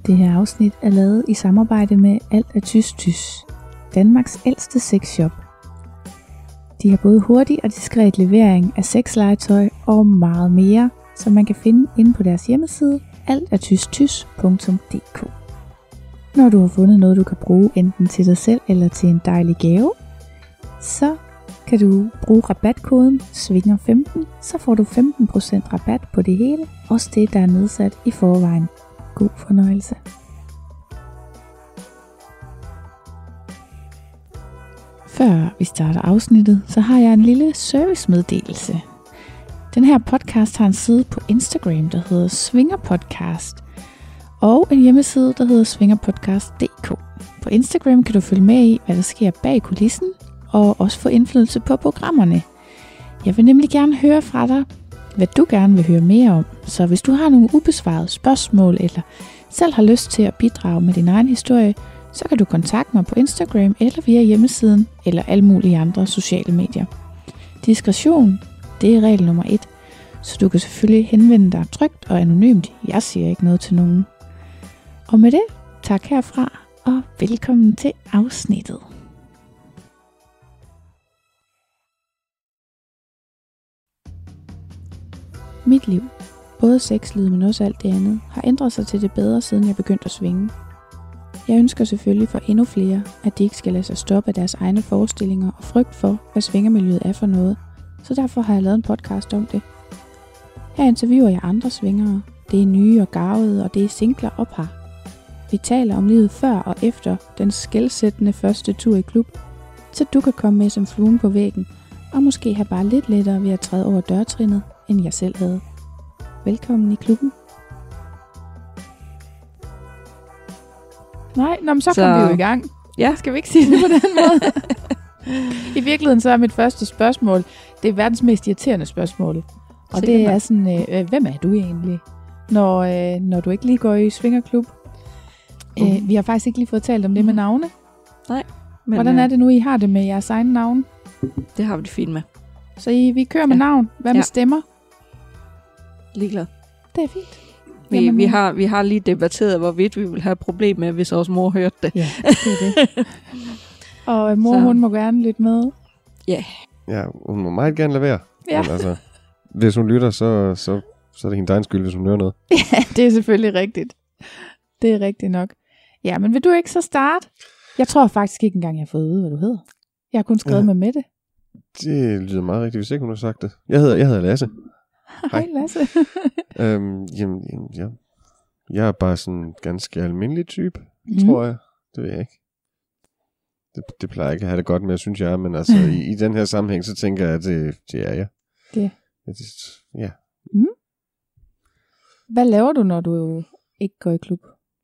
Det her afsnit er lavet i samarbejde med Alt er Tys, Danmarks ældste sexshop. De har både hurtig og diskret levering af sexlegetøj og meget mere, som man kan finde inde på deres hjemmeside altatystys.dk. Når du har fundet noget, du kan bruge enten til dig selv eller til en dejlig gave, så kan du bruge rabatkoden SVINGER15, så får du 15% rabat på det hele, også det, der er nedsat i forvejen. God fornøjelse. Før vi starter afsnittet, så har jeg en lille servicemeddelelse. Den her podcast har en side på Instagram, der hedder SWINGERPodcast, og en hjemmeside, der hedder SWINGERPodcast.dk. På Instagram kan du følge med i, hvad der sker bag kulissen, og også få indflydelse på programmerne. Jeg vil nemlig gerne høre fra dig, hvad du gerne vil høre mere om. Så hvis du har nogle ubesvarede spørgsmål, eller selv har lyst til at bidrage med din egen historie, så kan du kontakte mig på Instagram, eller via hjemmesiden, eller alle mulige andre sociale medier. Diskretion, det er regel nummer 1, så du kan selvfølgelig henvende dig trygt og anonymt. Jeg siger ikke noget til nogen. Og med det, tak herfra, og velkommen til afsnittet. Mit liv, både sexlivet, men også alt det andet, har ændret sig til det bedre, siden jeg begyndte at svinge. Jeg ønsker selvfølgelig for endnu flere, at de ikke skal lade sig stoppe af deres egne forestillinger og frygt for, hvad svingermiljøet er for noget, så derfor har jeg lavet en podcast om det. Her interviewer jeg andre svingere, det er nye og garvede, og det er singler og par. Vi taler om livet før og efter den skelsættende første tur i klub, så du kan komme med som fluen på væggen, og måske have bare lidt lettere ved at træde over dørtrinnet, end jeg selv havde. Velkommen i klubben. Nej, så kommer vi jo i gang. Ja. Skal vi ikke sige det på den måde? I virkeligheden så er mit første spørgsmål, det er verdens mest irriterende spørgsmål. Og det er sådan, hvem er du egentlig, når du ikke lige går i svingerklub? Vi har faktisk ikke lige fået talt om det med navne. Nej. Men, hvordan er det nu, I har det med jeres egen navne? Det har vi det fint med. Så vi kører med navn. Hvad med stemmer? Ligeglad. Det er fint. Vi har lige debatteret, hvorvidt vi vil have et problem med, hvis vores mor hørte det. Ja, det er det. Og mor, hun må gerne lytte med. Ja. Ja, hun må meget gerne lade være. Ja. Men altså, hvis hun lytter, så er det hendes egen skyld, hvis hun hører noget. Ja, det er selvfølgelig rigtigt. Det er rigtigt nok. Ja, men vil du ikke så starte? Jeg tror faktisk ikke engang, jeg har fået at vide, hvad du hedder. Jeg har kun skrevet med Mette. Det lyder meget rigtigt, hvis ikke hun har sagt det. Jeg hedder Lasse. Hej Lasse. Jeg er bare sådan en ganske almindelig type, tror jeg. Det ved jeg ikke. Det plejer jeg ikke at have det godt med, synes jeg. Men altså, i den her sammenhæng, så tænker jeg, at det er jeg. Det. Ja. Mm. Hvad laver du, når du ikke går i klub?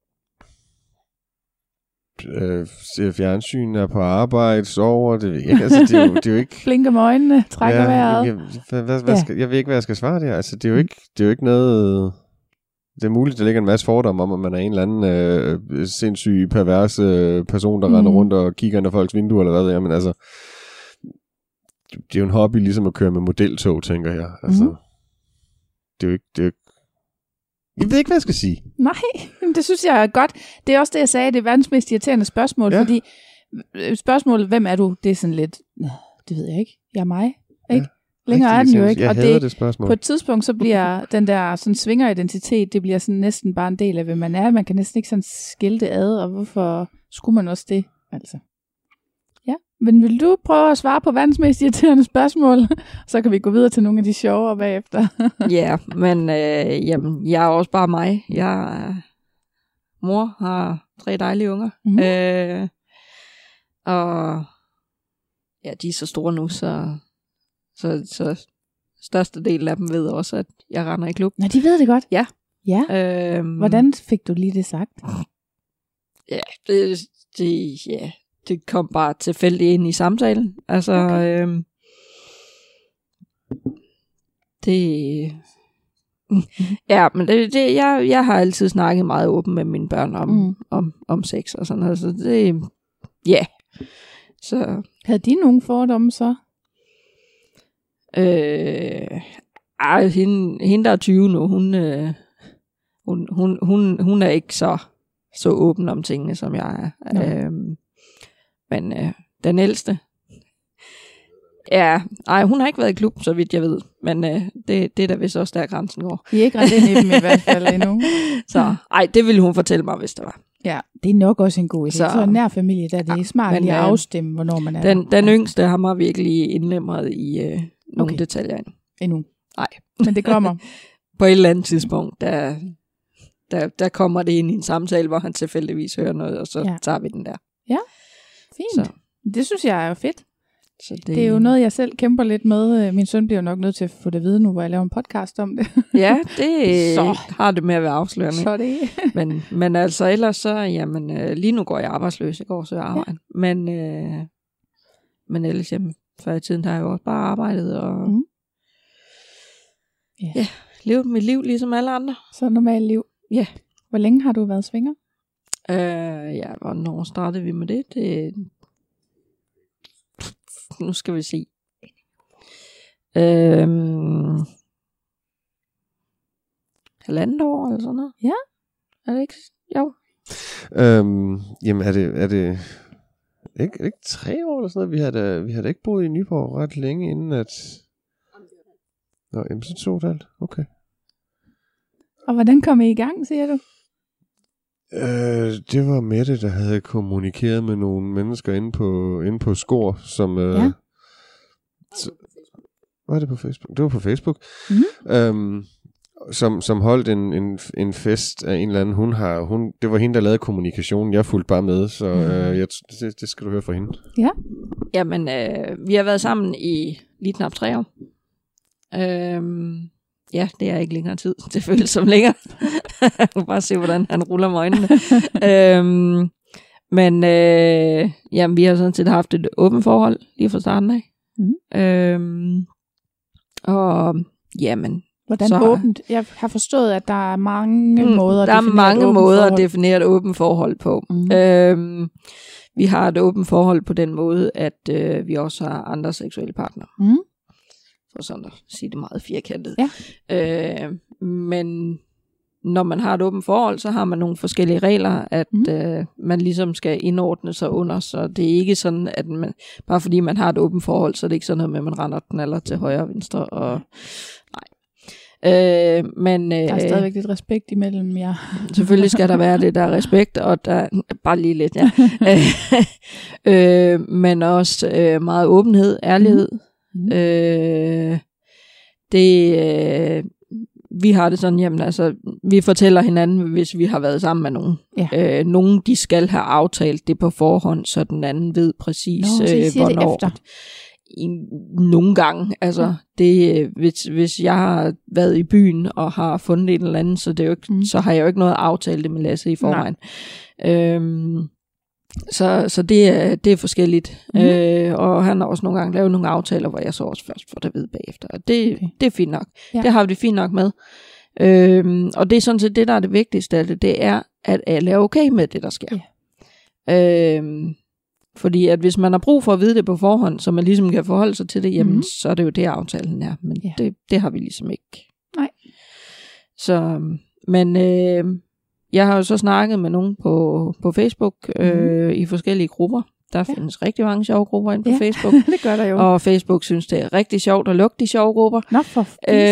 Ser fjernsyn, er på arbejde, sover, det ved jeg ikke. Altså, det er jo ikke... Blinker med øjnene, trækker vejret. Jeg ved ikke, hvad jeg skal svare der. Altså, det er jo ikke noget... Det er muligt, der ligger en masse fordomme om, at man er en eller anden sindssyg, perverse person, der render rundt og kigger ind ad folks vinduer, eller hvad ved jeg. Men altså, det er jo en hobby, ligesom at køre med modeltog, tænker jeg. Altså, det er jo ikke... Jeg ved ikke, hvad jeg skal sige. Nej, det synes jeg er godt. Det er også det, jeg sagde, det er verdens mest irriterende spørgsmål, fordi spørgsmålet, hvem er du, det er sådan lidt, det ved jeg ikke, jeg er mig, ikke? Længere er den jo ikke, og det på et tidspunkt, så bliver den der sådan svingeridentitet, det bliver sådan næsten bare en del af, hvem man er. Man kan næsten ikke sådan skille det ad, og hvorfor skulle man også det, altså? Ja, men vil du prøve at svare på verdens mest irriterende spørgsmål? Så kan vi gå videre til nogle af de sjovere bagefter. Ja, men jamen, jeg er også bare mig. Mor har 3 dejlige unger. Og ja, de er så store nu, så største del af dem ved også, at jeg render i klub. Nå, de ved det godt? Ja. Hvordan fik du lige det sagt? Ja, det kom bare tilfældigt ind i samtalen. Altså, okay. Ja, men jeg har altid snakket meget åbent med mine børn om sex og sådan noget. Så det, ja. Så. Havde de nogle fordomme så? Hende der er 20 nu, hun er ikke så så åben om tingene, som jeg er. Men den ældste, hun har ikke været i klub, så vidt jeg ved. Men det er da vist også der grænsen går. I er ikke ret ind i dem i hvert fald endnu. Så det ville hun fortælle mig, hvis det var. Ja, det er nok også en god idé. Så en nær familie, der det er smart lige at afstemme, hvornår man er. Den yngste har mig virkelig indlemret i nogle detaljer endnu. Nej. Men det kommer. På et eller andet tidspunkt, der kommer det ind i en samtale, hvor han tilfældigvis hører noget, og så tager vi den der. Ja, fint. Så. Det synes jeg er jo fedt. Så det er jo noget, jeg selv kæmper lidt med. Min søn bliver jo nok nødt til at få det at vide nu, hvor jeg laver en podcast om det. Ja, det har det med at være afslørende. Så det. men altså ellers så, lige nu går jeg arbejdsløs, i går så jeg arbejde. Ja. Men ellers, før i tiden har jeg jo også bare arbejdet og levet mit liv ligesom alle andre. Så normalt liv. Ja. Hvor længe har du været svinger? Hvornår startede vi med det? Nu skal vi se. Halvandet år eller sådan noget. Ja. Er det ikke? Jo. Jamen er det ikke 3 år eller sådan noget? Vi havde ikke boet i Nyborg ret længe inden at... Nå, jamen så 2,5. Okay. Og hvordan kom I i gang, siger du? Det var Mette, der havde kommunikeret med nogle mennesker inde på Skor, som... Var det på Facebook? Det var på Facebook. Mm-hmm. Som holdt en fest af en eller anden. Det var hende, der lavede kommunikationen. Jeg fulgte bare med, så det skal du høre fra hende. Ja. Jamen, vi har været sammen i lige knap 3 år. Ja, det er ikke længere tid. Det føles som længere. Jeg kan bare se, hvordan han ruller med øjnene. Men vi har sådan set haft et åbent forhold lige fra starten af. Og jamen... Hvordan åbent? Jeg har forstået, at der er mange måder at definere et åbent forhold på. Vi har et åbent forhold på den måde, at vi også har andre seksuelle partnere. For sådan at sige det meget firkantet. Ja. Men når man har et åbent forhold, så har man nogle forskellige regler, at man ligesom skal indordne sig under. Så det er ikke sådan, at bare fordi man har et åbent forhold, så er det ikke sådan noget med, at man render den eller til højre og venstre. Og, nej. Men, der er stadigvæk lidt respekt imellem jer. Selvfølgelig skal der være det, der er respekt, og der bare lige lidt, men også meget åbenhed, ærlighed. Vi har det sådan, jamen altså, vi fortæller hinanden, hvis vi har været sammen med nogen. Ja. Nogen, de skal have aftalt det på forhånd, så den anden ved præcis, hvornår. Nogle gange, altså, hvis jeg har været i byen og har fundet en eller anden, så, det er jo ikke, så har jeg jo ikke noget aftalt det med Lasse i forvejen. Så det er forskelligt. Og han har også nogle gange lavet nogle aftaler, hvor jeg så også først får det at vide bagefter. Og det er fint nok. Ja. Det har vi det fint nok med. Og det er sådan set det, der er det vigtigste af det er, at alle er okay med det, der sker. Ja. Fordi at hvis man har brug for at vide det på forhånd, så man ligesom kan forholde sig til det, jamen så er det jo det, aftalen er. Men det har vi ligesom ikke. Nej. Så, men... jeg har jo så snakket med nogen på Facebook i forskellige grupper. Der findes rigtig mange sjove grupper inde på Facebook. Det gør der jo. Og Facebook synes, det er rigtig sjovt at lukke de sjove grupper. Nå for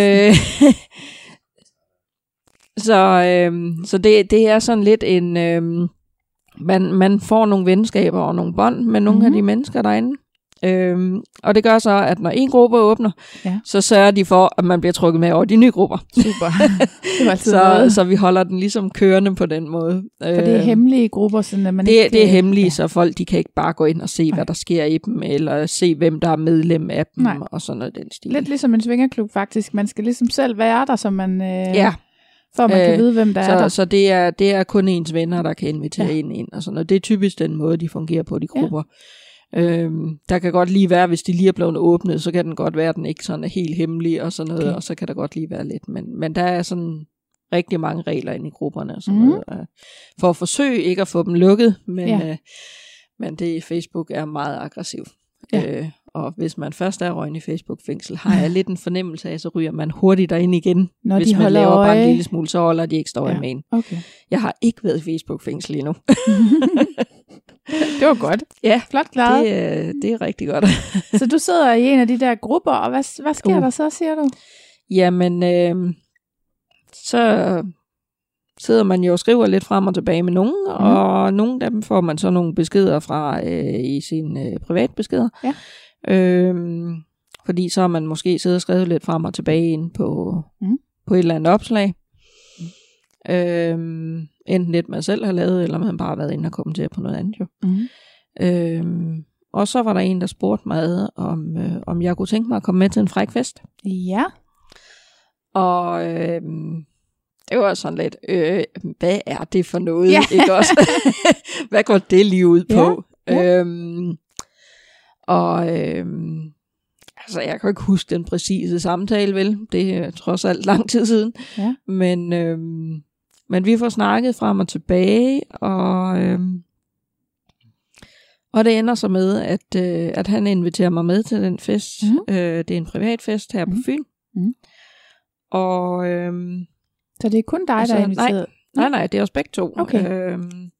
Så det er sådan lidt en... man får nogle venskaber og nogle bånd med nogle af de mennesker derinde. Og det gør så, at når en gruppe åbner, så sørger de for, at man bliver trukket med over de nye grupper. Super. så vi holder den ligesom kørende på den måde. For det er hemmelige grupper, sådan at man det er hemmelige, så folk de kan ikke bare gå ind og se, hvad der sker i dem, eller se, hvem der er medlem af dem, og sådan noget den stil. Lidt ligesom en svingerklub faktisk. Man skal ligesom selv være der, så man... for man kan vide, hvem der er der. Så det er kun ens venner, der kan invitere ind, og sådan noget. Det er typisk den måde, de fungerer på, de grupper. Der kan godt lige være, hvis de lige er blevet åbnet, så kan den godt være, at den ikke sådan er helt hemmelig og sådan noget, og så kan der godt lige være lidt, men der er sådan rigtig mange regler inde i grupperne og sådan noget, for at forsøge ikke at få dem lukket, men det Facebook er meget aggressiv, Og hvis man først er røgnet i Facebook-fængsel, har jeg lidt en fornemmelse af, så ryger man hurtigt derind igen. Når hvis man laver bare en lille smule, så holder de ikke støj med en. Okay. Jeg har ikke været i Facebook-fængsel endnu. Det var godt. Ja, flot klaret. Det er rigtig godt. Så du sidder i en af de der grupper, og hvad sker der så, siger du? Jamen, så sidder man jo og skriver lidt frem og tilbage med nogen, og nogle af dem får man så nogle beskeder fra i sine privatbeskeder. Ja. Fordi så har man måske siddet og skrevet lidt frem og tilbage ind på et eller andet opslag. Enten lidt man selv har lavet, eller man bare har været inde og kommenteret på noget andet jo. Og så var der en, der spurgte mig, om jeg kunne tænke mig at komme med til en fræk fest. Ja. Og det var sådan lidt, hvad er det for noget, ikke også? Hvad går det lige ud på? Ja. Altså, jeg kan ikke huske den præcise samtale, vel? Det er trods alt lang tid siden. Ja. Men vi får snakket frem og tilbage, og det ender så med, at han inviterer mig med til den fest. Det er en privat fest her på Fyn. Og så det er kun dig, der er inviteret? Nej, det er os begge to. Okay.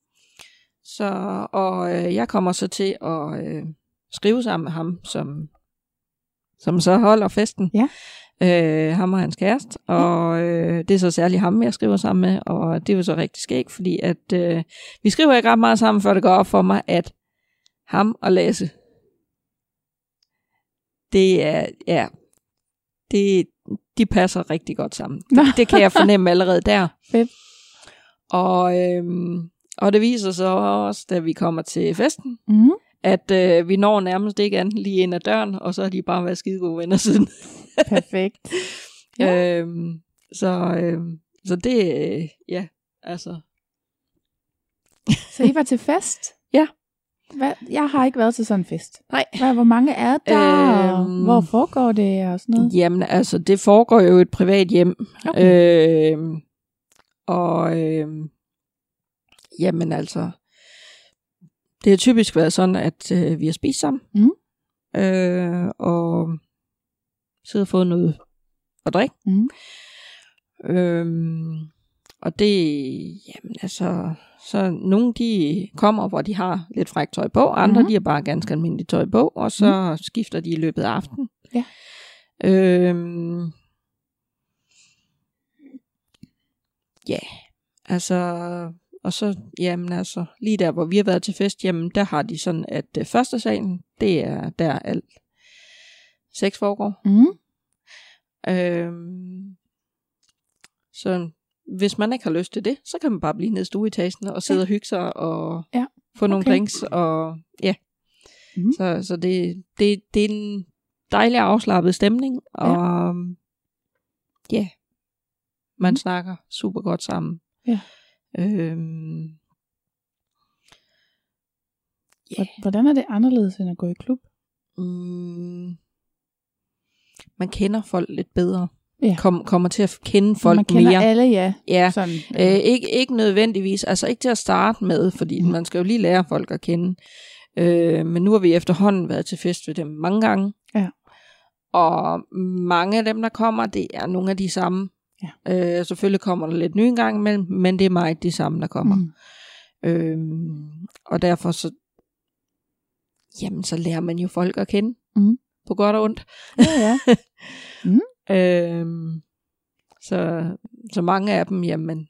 Jeg kommer så til at skrive sammen med ham, som så holder festen. Ja. Ham og hans kæreste. Og det er så særligt ham, jeg skriver sammen med. Og det er jo så rigtig skægt, fordi at vi skriver ikke ret meget sammen, før det går op for mig, at ham og Lasse, det er, de passer rigtig godt sammen. Det kan jeg fornemme allerede der. Fedt. Og det viser sig også, da vi kommer til festen, at vi når nærmest ikke andet lige ind ad døren, og så har de bare været skide gode venner siden. Perfekt. Ja. Så det, ja, altså. Så I var til fest? Ja. Jeg har ikke været til sådan en fest. Nej. Hvor mange er der? Hvor foregår det og sådan noget? Jamen, altså, det foregår jo et privat hjem. Okay. Jamen, altså, det har typisk været sådan, at vi har spist sammen. Og siddet og fået noget at drikke. Og det, jamen altså, så nogle de kommer, hvor de har lidt frækt tøj på, andre de har bare ganske almindeligt tøj på, og så skifter de i løbet af aftenen. Ja. Ja, altså, og så, jamen altså, lige der, hvor vi har været til fest, jamen der har de sådan, at første salen, det er der alt sex foregår. Så hvis man ikke har lyst til det, så kan man bare blive nede i stueetagen og sidde og hygge sig og få nogle drinks og ja. Så det er en dejlig afslappet stemning og man snakker super godt sammen. Ja. Hvordan er det anderledes end at gå i klub? Man kender folk lidt bedre. Ja. Kommer til at kende folk mere. Man kender alle, ja. Sådan, ikke nødvendigvis, altså ikke til at starte med, fordi man skal jo lige lære folk at kende. Men nu har vi efterhånden været til fest ved dem mange gange. Ja. Og mange af dem, der kommer, det er nogle af de samme. Ja. Selvfølgelig kommer der lidt nye en gang imellem, men det er meget de samme, der kommer. Og derfor så, jamen, så lærer man jo folk at kende. På godt og ondt. Ja. Så mange af dem, jamen,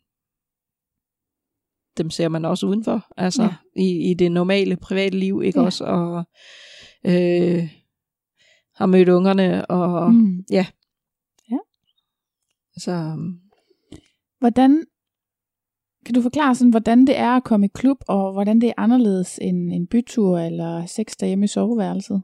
dem ser man også udenfor, altså i det normale private liv, ikke også, og har mødt ungerne, og ja. Så hvordan, kan du forklare sådan, hvordan det er at komme i klub, og hvordan det er anderledes end en bytur, eller sex derhjemme i soveværelset?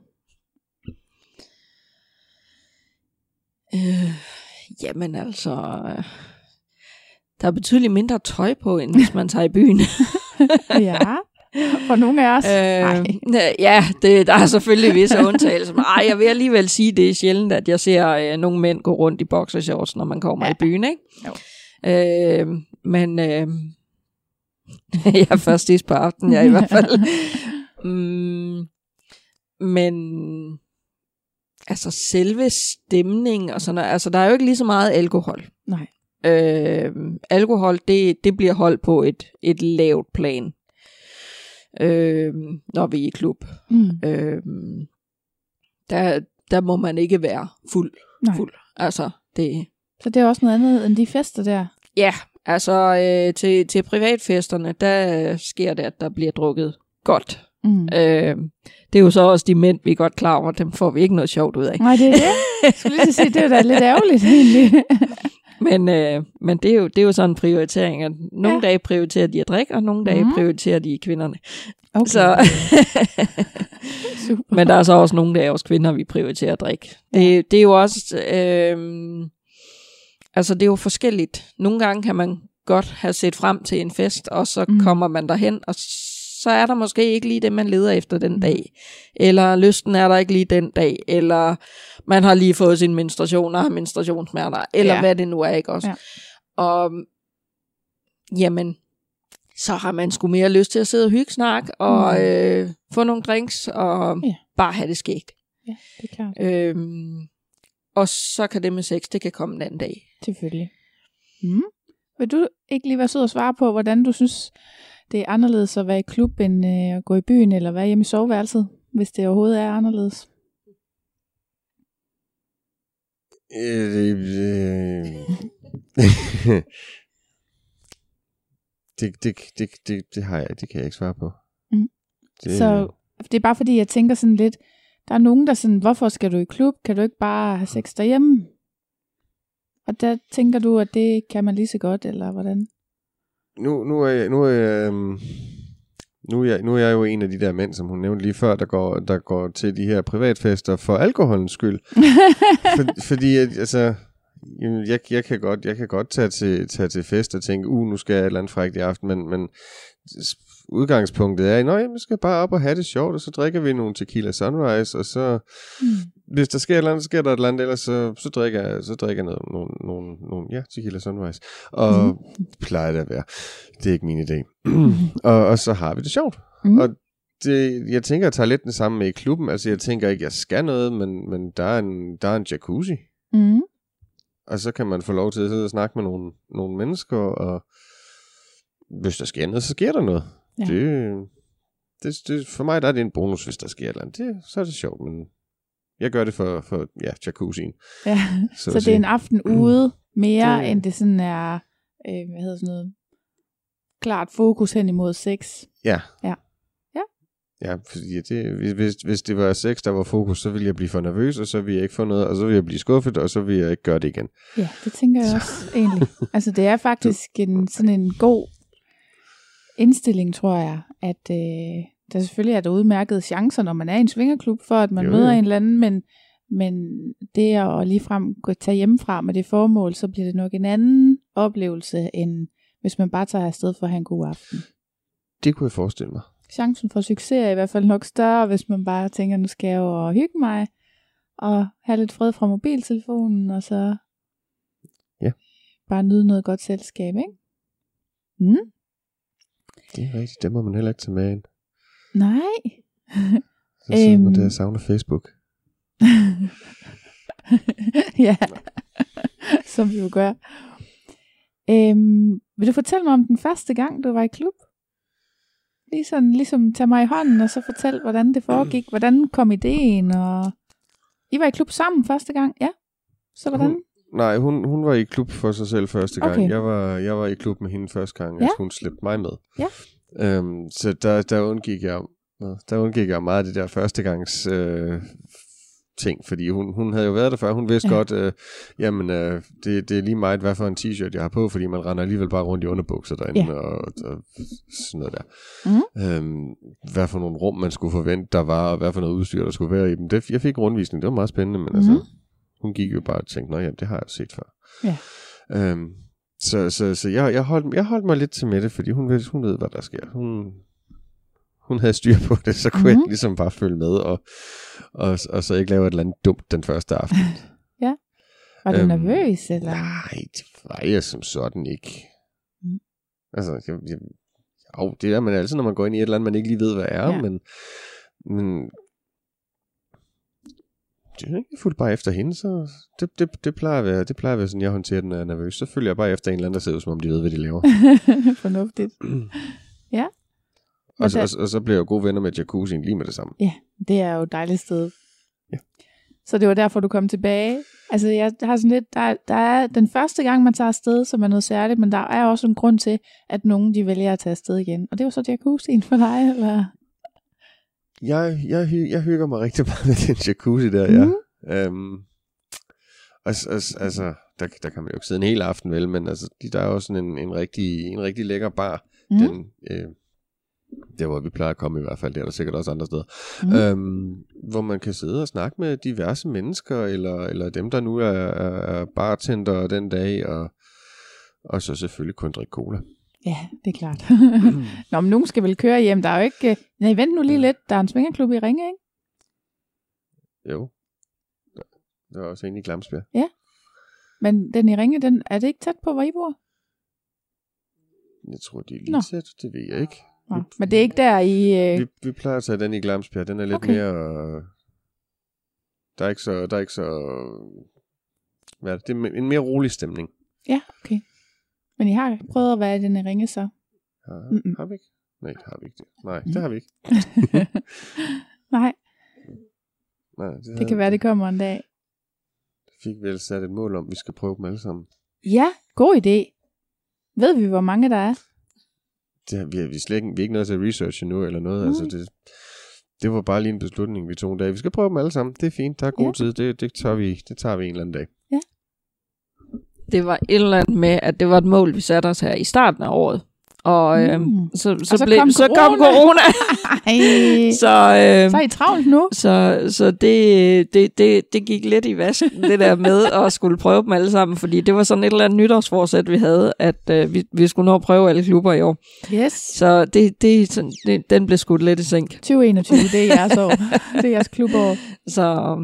Jamen altså, der er betydeligt mindre tøj på, end hvis man tager i byen. Ja, for nogle af os. Ja, der er selvfølgelig visse undtagelser. Men jeg vil alligevel sige, det er sjældent, at jeg ser nogle mænd gå rundt i boxershorts, når man kommer i byen, ikke? Jo. Men jeg er først sidst på aftenen, jeg i hvert fald. Men altså selve stemning og sådan noget, altså der er jo ikke lige så meget alkohol. Nej. Alkohol, det bliver holdt på et lavt plan, når vi er i klub. Der må man ikke være fuld. Altså, det... Så det er også noget andet end de fester der? Ja, altså til privatfesterne, der sker det, at der bliver drukket godt. Det er jo så også de mænd, vi er godt klar over, dem får vi ikke noget sjovt ud af. Nej, det er det. Jeg skulle lige sige, det er da lidt ærgerligt egentlig. Men det er jo sådan en prioritering, at nogle dage prioriterer de at drikke, og nogle dage prioriterer de kvinderne. Okay. Så men der er så også nogle dage også kvinder, vi prioriterer at drikke. Det er jo også, altså det er jo forskelligt. Nogle gange kan man godt have set frem til en fest, og så kommer man derhen, og så er der måske ikke lige det, man leder efter den dag. Eller lysten er der ikke lige den dag, eller man har lige fået sin menstruation og har menstruationssmerter, eller hvad det nu er, ikke også? Ja. Og jamen, så har man sgu mere lyst til at sidde og hyggesnak, og få nogle drinks, og bare have det skægt. Ja, det er klart. Og så kan det med sex, det kan komme en anden dag. Selvfølgelig. Vil du ikke lige være sød og svare på, hvordan du synes, det er anderledes at være i klub, end at gå i byen, eller være hjemme i soveværelset, hvis det overhovedet er anderledes? Det har jeg, det kan jeg ikke svare på. Så det er bare fordi, jeg tænker sådan lidt, der er nogen, der sådan, hvorfor skal du i klub? Kan du ikke bare have sex derhjemme? Og der tænker du, at det kan man lige så godt, eller hvordan? Nu er jeg jo en af de der mænd, som hun nævnte lige før, der går til de her privatfester for alkoholens skyld. Fordi altså, jeg kan godt tage til fest og tænke, nu skal jeg et eller andet frækt i aften, men udgangspunktet er, jeg skal bare op og have det sjovt, og så drikker vi nogle tequila sunrise, og så hvis der sker et eller andet, så sker der et eller andet, ellers så drikker jeg nogle tequila sunrise, og plejer det at være. Det er ikke min idé. og så har vi det sjovt. Og jeg tænker, jeg tager lidt det samme med i klubben, altså jeg tænker ikke, jeg skal noget, men der er en jacuzzi. Og så kan man få lov til at sidde og snakke med nogle mennesker, og hvis der sker noget, så sker der noget. Ja. Det, for mig der er det en bonus, hvis der sker et eller andet. Så er det sjovt, men jeg gør det for jacuzzien. Ja, så det er en aften ude mere, end det sådan er, klart fokus hen imod sex. Ja. Ja, fordi hvis det var sex, der var fokus, så ville jeg blive for nervøs, og så ville jeg ikke få noget, og så ville jeg blive skuffet, og så ville jeg ikke gøre det igen. Ja, det tænker jeg også egentlig. Altså det er faktisk sådan en god indstilling, tror jeg, at der selvfølgelig er der udmærkede chancer, når man er i en svingerklub, for at man møder en eller anden, men det at ligefrem tage hjemmefra med det formål, så bliver det nok en anden oplevelse, end hvis man bare tager afsted for at have en god aften. Det kunne jeg forestille mig. Chancen for succes er i hvert fald nok større, hvis man bare tænker, nu skal jeg jo hygge mig, og have lidt fred fra mobiltelefonen, og så bare nyde noget godt selskab, ikke? Det er rigtigt, det må man heller ikke tage med ind. Nej. Så sidder man der og savner Facebook. Ja, som vi jo gør. Vil du fortælle mig om den første gang, du var i klub? Ligesom tage mig i hånden, og så fortæl, hvordan det foregik. Hvordan kom ideen? Og I var i klub sammen første gang, ja? Så hvordan? Hun var i klub for sig selv første gang. Okay. Jeg var i klub med hende første gang, altså hun slæbte mig med. Ja. Så der undgik jeg meget af det der førstegangs ting, fordi hun havde jo været der før. Hun vidste godt, det er lige meget, hvad for en t-shirt jeg har på, fordi man render alligevel bare rundt i underbukser derinde, og sådan noget der. Hvad for nogle rum man skulle forvente, der var, og hvad for noget udstyr, der skulle være i dem. Jeg fik rundvisning, det var meget spændende, men altså, hun gik jo bare og tænkte, det har jeg set før. Ja. Så jeg holdt mig lidt til med det, fordi hun ved, hvad der sker. Hun havde styr på det, så kunne jeg ligesom bare følge med, og så ikke lave et eller andet dumt den første aften. Ja. Var du nervøs, eller? Nej, det var jeg som sådan ikke. Altså, det er man altid, når man går ind i et eller andet, man ikke lige ved, hvad er, men Jeg fulgte bare efter hende, så det plejer at være sådan, jeg håndterer den, når jeg er nervøs. Så følger jeg bare efter en eller anden, der ser ud, som om de ved, hvad de laver. Fornuftigt. Ja. Og så bliver jeg jo gode venner med jacuzzien lige med det samme. Ja, det er jo et dejligt sted. Ja. Så det var derfor, du kom tilbage. Altså, jeg har sådan lidt, der er den første gang, man tager afsted, som er noget særligt, men der er også en grund til, at nogen de vælger at tage afsted igen. Og det var så jacuzzien for dig, eller? Jeg hygger mig rigtig meget med den jacuzzi der, ja. Altså, der kan man jo ikke sidde en hel aften, vel, men altså, der er også sådan en rigtig lækker bar. Den, der hvor vi plejer at komme i hvert fald, det er der sikkert også andre steder, hvor man kan sidde og snakke med diverse mennesker, eller dem, der nu er bartender den dag, og så selvfølgelig kun drikke cola. Ja, det er klart. Nå, men nogen skal vel køre hjem. Der er jo ikke... Nej, vent nu lige lidt. Der er en swingerklub i Ringe, ikke? Jo. Der er også en i Glamsbjerg. Ja. Men den i Ringe, er det ikke tæt på, hvor I bor? Jeg tror, de er lige tæt. Det ved jeg ikke. Men det er ikke der i... Vi plejer at tage den i Glamsbjerg. Den er lidt mere... Der er ikke så... Hvad er det? Det er en mere rolig stemning. Ja, okay. Men I har prøvet at være i den i Ringe, så? Har vi ikke? Nej, det har vi ikke. Nej, det har vi ikke. Nej. Nej, det kan være, det kommer en dag. Fik vel sat et mål om, vi skal prøve dem alle sammen. Ja, god idé. Ved vi, hvor mange der er? Vi er ikke nødt til at researche endnu eller noget. Altså det var bare lige en beslutning, vi tog en dag. Vi skal prøve dem alle sammen. Det er fint. Der er god tid. Det tager vi en eller anden dag. Ja. Det var et eller andet med, at det var et mål, vi satte os her i starten af året. Og så kom corona. Så er I travlt nu. Så det gik lidt i vasken, det der med at skulle prøve dem alle sammen, fordi det var sådan et eller andet nytårsforsæt, vi havde, at vi skulle nå at prøve alle klubber i år. Yes. Så den blev skudt lidt i sænk. 2021, det er jeres år. Det er jeres klubår. Så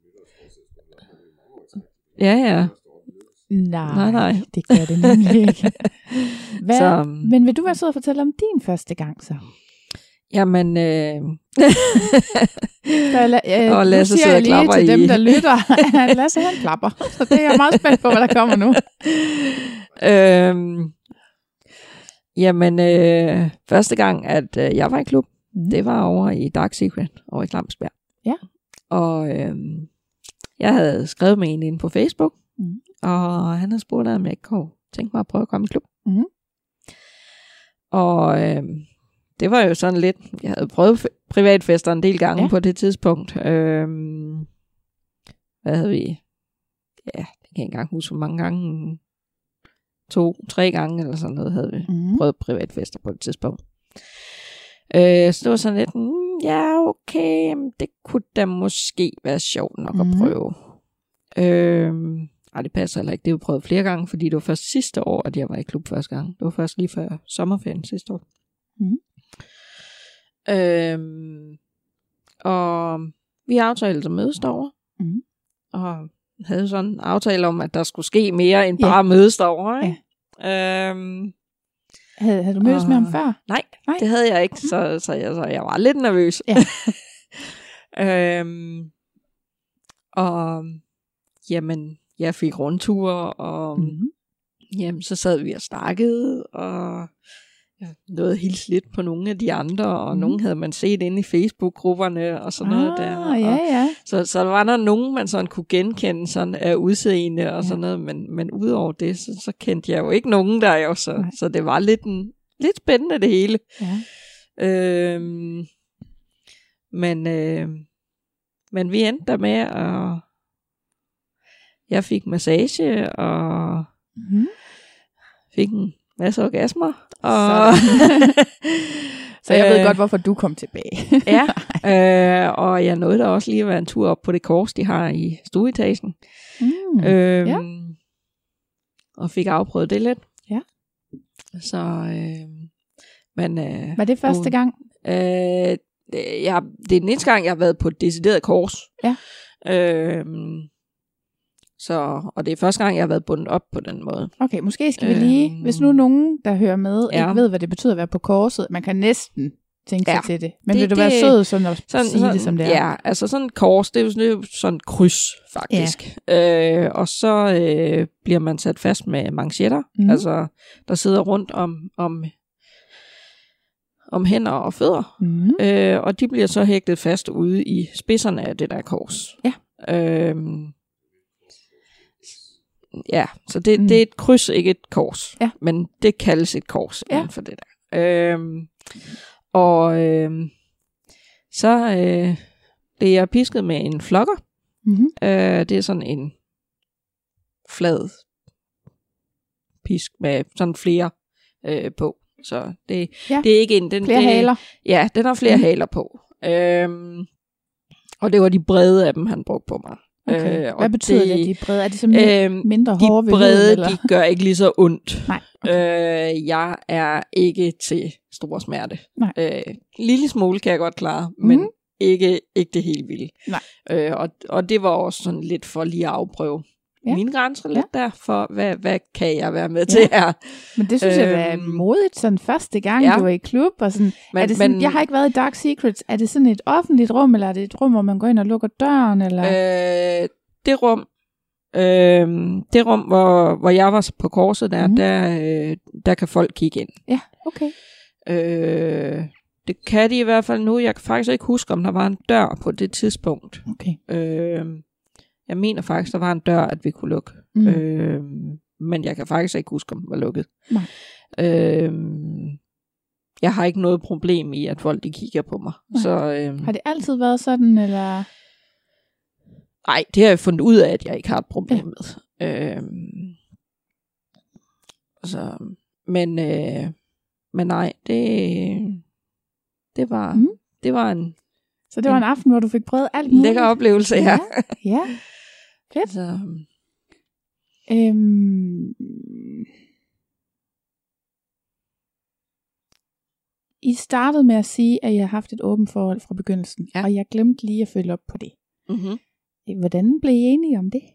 ja. Nej. Det gør det nemlig ikke. Men vil du være sød og fortælle om din første gang så? Jamen, og Lasse sidder og klapper til dem, der lytter. Lasse han klapper, så det er jeg meget spændt på, hvad der kommer nu. Første gang, at jeg var i klub, det var over i Dark Secret, over i Glamsbjerg. Ja. Og jeg havde skrevet med en inde på Facebook, og han havde spurgt, om jeg ikke kunne tænke mig at prøve at komme i klub. Og det var jo sådan lidt, jeg havde prøvet privatfester en del gange på det tidspunkt. Hvad havde vi? Ja, det kan jeg ikke engang huske, hvor mange gange. 2-3 gange eller sådan noget havde vi prøvet privatfester på det tidspunkt. Så det var sådan lidt, ja okay, det kunne da måske være sjovt nok at prøve. Det passer heller ikke. Det har vi prøvet flere gange, fordi det var først sidste år, at jeg var i klub første gang. Det var først lige før sommerferien sidste år. Og vi aftalte at mødes derovre. Og havde sådan en aftale om, at der skulle ske mere end bare mødes derovre. Ikke? Ja. Havde du mødes med ham før? Nej, det havde jeg ikke. Så jeg var lidt nervøs. Ja. Og jamen, jeg fik rundture, og jamen, så sad vi og snakkede, og jeg nåede hilse lidt på nogle af de andre, og nogle havde man set inde i Facebook-grupperne, og sådan noget der. Ja. Så var der nogen, man sådan kunne genkende sådan af udseende, og sådan noget, men udover det, så kendte jeg jo ikke nogen der jo, så det var lidt spændende det hele. Ja. Men vi endte der med at jeg fik massage, og fik en masse orgasmer. Og så jeg ved godt, hvorfor du kom tilbage. Og jeg nåede da også lige at være en tur op på det kors, de har i stueetagen. Og fik afprøvet det lidt. Ja. Så, men... var det første gang? Det er den eneste gang, jeg har været på et decideret kors. Ja. Og det er første gang, jeg har været bundet op på den måde. Okay, måske skal vi lige, hvis nu nogen, der hører med, ikke ved, hvad det betyder at være på korset, man kan næsten tænke sig til det. Men vil du være sød sådan at sige det, som det er? Ja, altså sådan et kors, det er jo sådan et kryds, faktisk. Ja. Og så bliver man sat fast med manchetter, altså der sidder rundt om hænder og fødder, og de bliver så hægtet fast ude i spidserne af det der kors. Ja. Ja, så det er et kryds, ikke et kors. Ja. Men det kaldes et kors inden for det der. Så bliver jeg pisket med en flokker. Det er sådan en flad pisk med sådan flere på. Så det er ikke en... Flere haler. Ja, den har flere haler på. Og det var de brede af dem, han brugte på mig. Okay. Hvad betyder det, de brede? Er de simpelthen mindre hårde ved huden? De brede, eller? de gør ikke lige så ondt. Nej. Okay. Jeg er ikke til stor smerte. Lille smule kan jeg godt klare, men ikke det helt vilde. Nej. Og det var også sådan lidt for lige at afprøve mine grænser lidt der, for hvad kan jeg være med til her. Men det synes jeg er modigt, sådan første gang du er i klub, og sådan, er det sådan, jeg har ikke været i Dark Secrets, er det sådan et offentligt rum, eller er det et rum, hvor man går ind og lukker døren, eller? Det rum, hvor jeg var på korset der kan folk kigge ind. Ja, okay. Det kan de i hvert fald nu. Jeg kan faktisk ikke huske, om der var en dør på det tidspunkt. Okay. Jeg mener faktisk, der var en dør, at vi kunne lukke. Men jeg kan faktisk ikke huske, om den var lukket. Nej. Jeg har ikke noget problem i, at folk de kigger på mig. Så, har det altid været sådan, eller? Nej, det har jeg fundet ud af, at jeg ikke har et problem med. Men nej, det var en... Så det var en aften, hvor du fik prøvet alt muligt? Lækker oplevelse, ja. Ja, fedt. Så. I startede med at sige, at I har haft et åbent forhold fra begyndelsen, og jeg glemte lige at følge op på det. Hvordan blev I enige om det?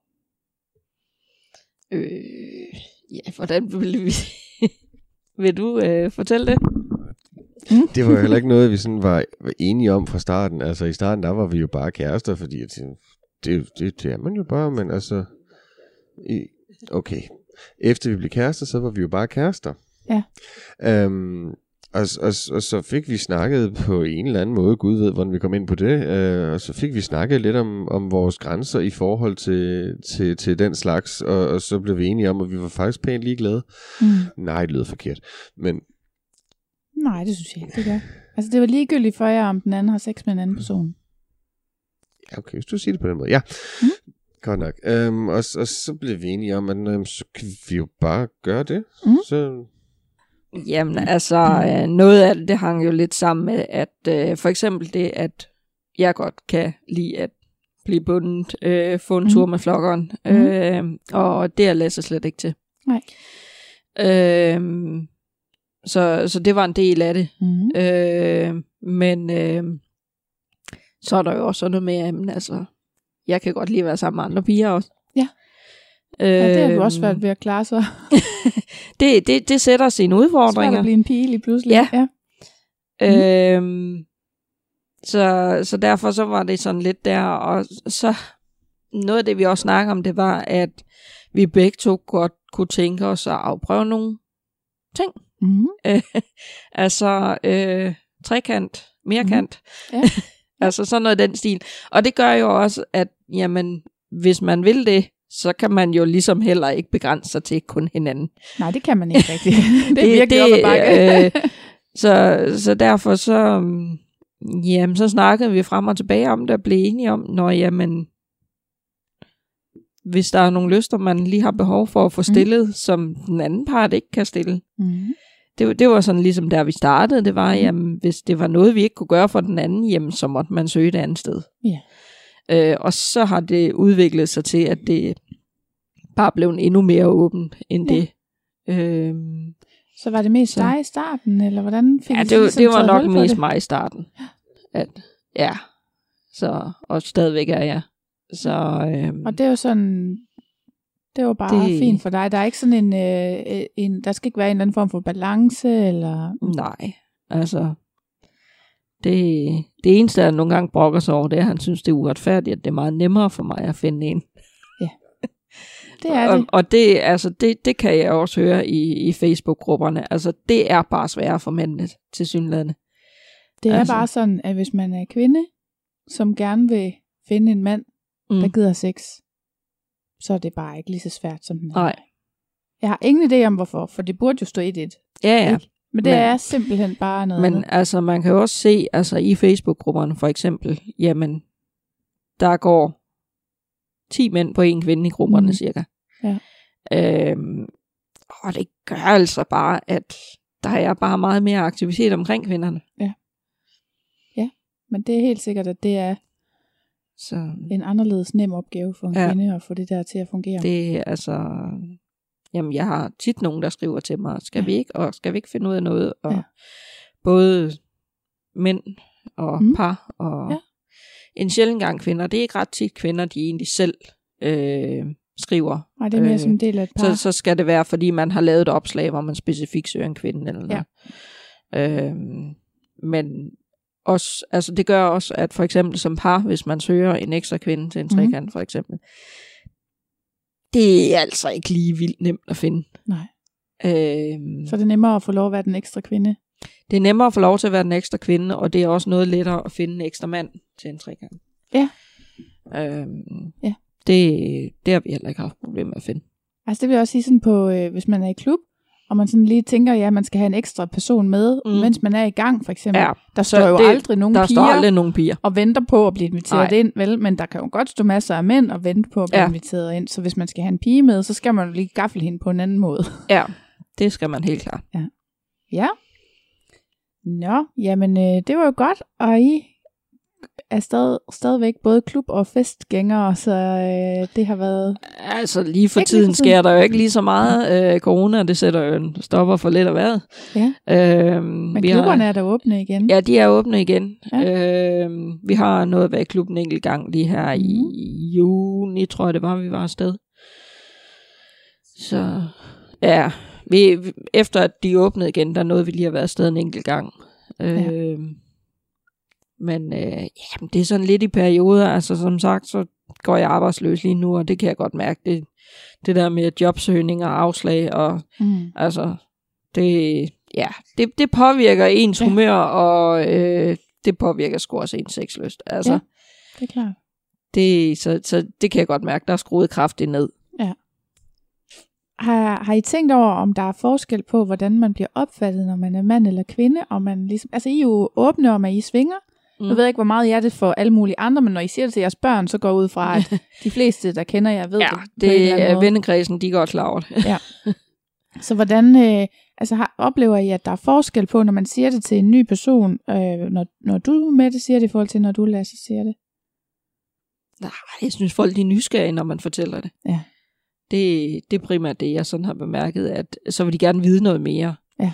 Hvordan ville vi... Vil du fortælle det? Det var jo heller ikke noget, vi sådan var enige om fra starten. Altså i starten, der var vi jo bare kærester, fordi det er man jo bare, men altså... Okay. Efter vi blev kærester, så var vi jo bare kærester. Ja. Og så fik vi snakket på en eller anden måde, Gud ved, hvordan vi kom ind på det, og så fik vi snakket lidt om vores grænser i forhold til den slags, og så blev vi enige om, at vi var faktisk pænt ligeglade. Nej, det lyder forkert, men... Nej, det synes jeg ikke, det gør. Altså, det var ligegyldigt for jer, om den anden har sex med en anden person. Ja, okay, hvis du siger det på den måde, ja. Godt nok. Og så blev vi enige om, at så kan vi jo bare gøre det. Så... Jamen altså, noget af det hang jo lidt sammen med, at for eksempel det, at jeg godt kan lide at blive bundet, få en tur med flokkeren, og det er Lasse slet ikke til. Nej. Så det var en del af det. Men så er der jo også noget med, at altså, jeg kan godt lide at være sammen med andre piger også. Ja. Ja, det har jo også været ved at klare sig. det sætter sine udfordringer. Så er der blive en pige lige pludselig. Ja. Så derfor så var det sådan lidt der, og så noget af det vi også snakker om, det var, at vi begge to godt kunne tænke os at afprøve nogle ting. Altså trekant, merekant. Altså sådan noget i den stil. Og det gør jo også, at jamen, hvis man vil det, så kan man jo ligesom heller ikke begrænse sig til kun hinanden. Nej, det kan man ikke rigtig. Det er virkelig op ad bakke. Så derfor så snakkede vi frem og tilbage om det, og blev enige om, når jamen, hvis der er nogle lyster, man lige har behov for at få stillet, som den anden part ikke kan stille. Det var sådan ligesom der vi startede, det var, jamen, hvis det var noget, vi ikke kunne gøre for den anden, jamen, så måtte man søge det andet sted. Og så har det udviklet sig til, at det bare blev endnu mere åbent end det. Så var det mest dig i starten, eller hvordan fik det var nok mest mig i starten. Så, og stadigvæk er jeg. Så, og det er jo sådan, det var bare fint for dig. Der er ikke sådan en der skal ikke være en eller anden form for balance, eller? Nej, altså, Det eneste, jeg nogle gange brokker sig over, det er, at han synes, det er uretfærdigt, at det er meget nemmere for mig at finde en. Ja, det er det. Og det, altså, det kan jeg også høre i Facebook-grupperne. Altså, det er bare sværere for mændene til synlædende. Det er bare sådan, at hvis man er kvinde, som gerne vil finde en mand, der gider sex, så er det bare ikke lige så svært som den her. Nej. Jeg har ingen idé om hvorfor, for det burde jo stå 1-1. Ja. Ikke? Men det er simpelthen bare noget. Men altså, man kan jo også se, altså i Facebook-grupperne for eksempel, jamen, der går 10 mænd på en kvinde i grupperne cirka. Ja. Og det gør altså bare, at der er bare meget mere aktivitet omkring kvinderne. Ja. Ja, men det er helt sikkert, at det er en anderledes nem opgave for en kvinde at få det der til at fungere. Det er altså... Jamen, jeg har tit nogen, der skriver til mig, skal vi ikke finde ud af noget? Og både mænd og par, og en sjældent gang kvinder. Det er ikke ret tit kvinder, de egentlig selv skriver. Nej, det er mere som en del af et par. Så skal det være, fordi man har lavet et opslag, hvor man specifikt søger en kvinde eller noget. Men også, altså det gør også, at for eksempel som par, hvis man søger en ekstra kvinde til en trekant for eksempel, det er altså ikke lige vildt nemt at finde. Nej. Så det er nemmere at få lov at være den ekstra kvinde? Det er nemmere at få lov til at være den ekstra kvinde, og det er også noget lettere at finde en ekstra mand til en trekant. Ja. Det har vi heller ikke haft problemer med at finde. Altså det vil jeg også sige sådan på, hvis man er i klub, og man sådan lige tænker, ja, man skal have en ekstra person med, mens man er i gang, for eksempel. Ja, der står jo aldrig nogen piger og venter på at blive inviteret ind, vel? Men der kan jo godt stå masser af mænd og vente på at blive inviteret ind. Så hvis man skal have en pige med, så skal man jo lige gaffle hende på en anden måde. Ja, det skal man helt klart. Ja. Nå, jamen det var jo godt, og I er stadigvæk både klub- og festgængere, så det har været... Altså lige for tiden sker der jo ikke lige så meget. Corona, det sætter jo en stopper for lidt af vejret. Ja. Men klubberne er der åbne igen. Ja, de er åbne igen. Ja. Vi har nået at være i klubben en enkelt gang lige her i juni, tror jeg det var, vi var afsted. Så ja, efter at de åbnede igen, der nåede vi lige at være afsted en enkelt gang. Men jamen, det er sådan lidt i perioder. Altså som sagt, så går jeg arbejdsløs lige nu, og det kan jeg godt mærke. Det der med jobsøgning og afslag, og altså, det påvirker ens humør, og det påvirker sgu også ens sexlyst. Altså, ja, det er klart. Så det kan jeg godt mærke, der er skruet kraftigt ned. Ja. Har I tænkt over, om der er forskel på, hvordan man bliver opfattet, når man er mand eller kvinde? Og man ligesom, altså I er jo åbne om, at I svinger. Jeg ved ikke, hvor meget I er det for alle mulige andre, men når I siger det til jeres børn, så går ud fra, at de fleste, der kender jer, ved det er vennekredsen, de går klar over det. Ja. Så hvordan oplever I, at der er forskel på, når man siger det til en ny person, når du, Mette, siger det i forhold til, når du, Lasse, siger det? Nej, jeg synes, folk de er nysgerrige, når man fortæller det. Ja. Det er primært det, jeg sådan har bemærket, at så vil de gerne vide noget mere. Ja.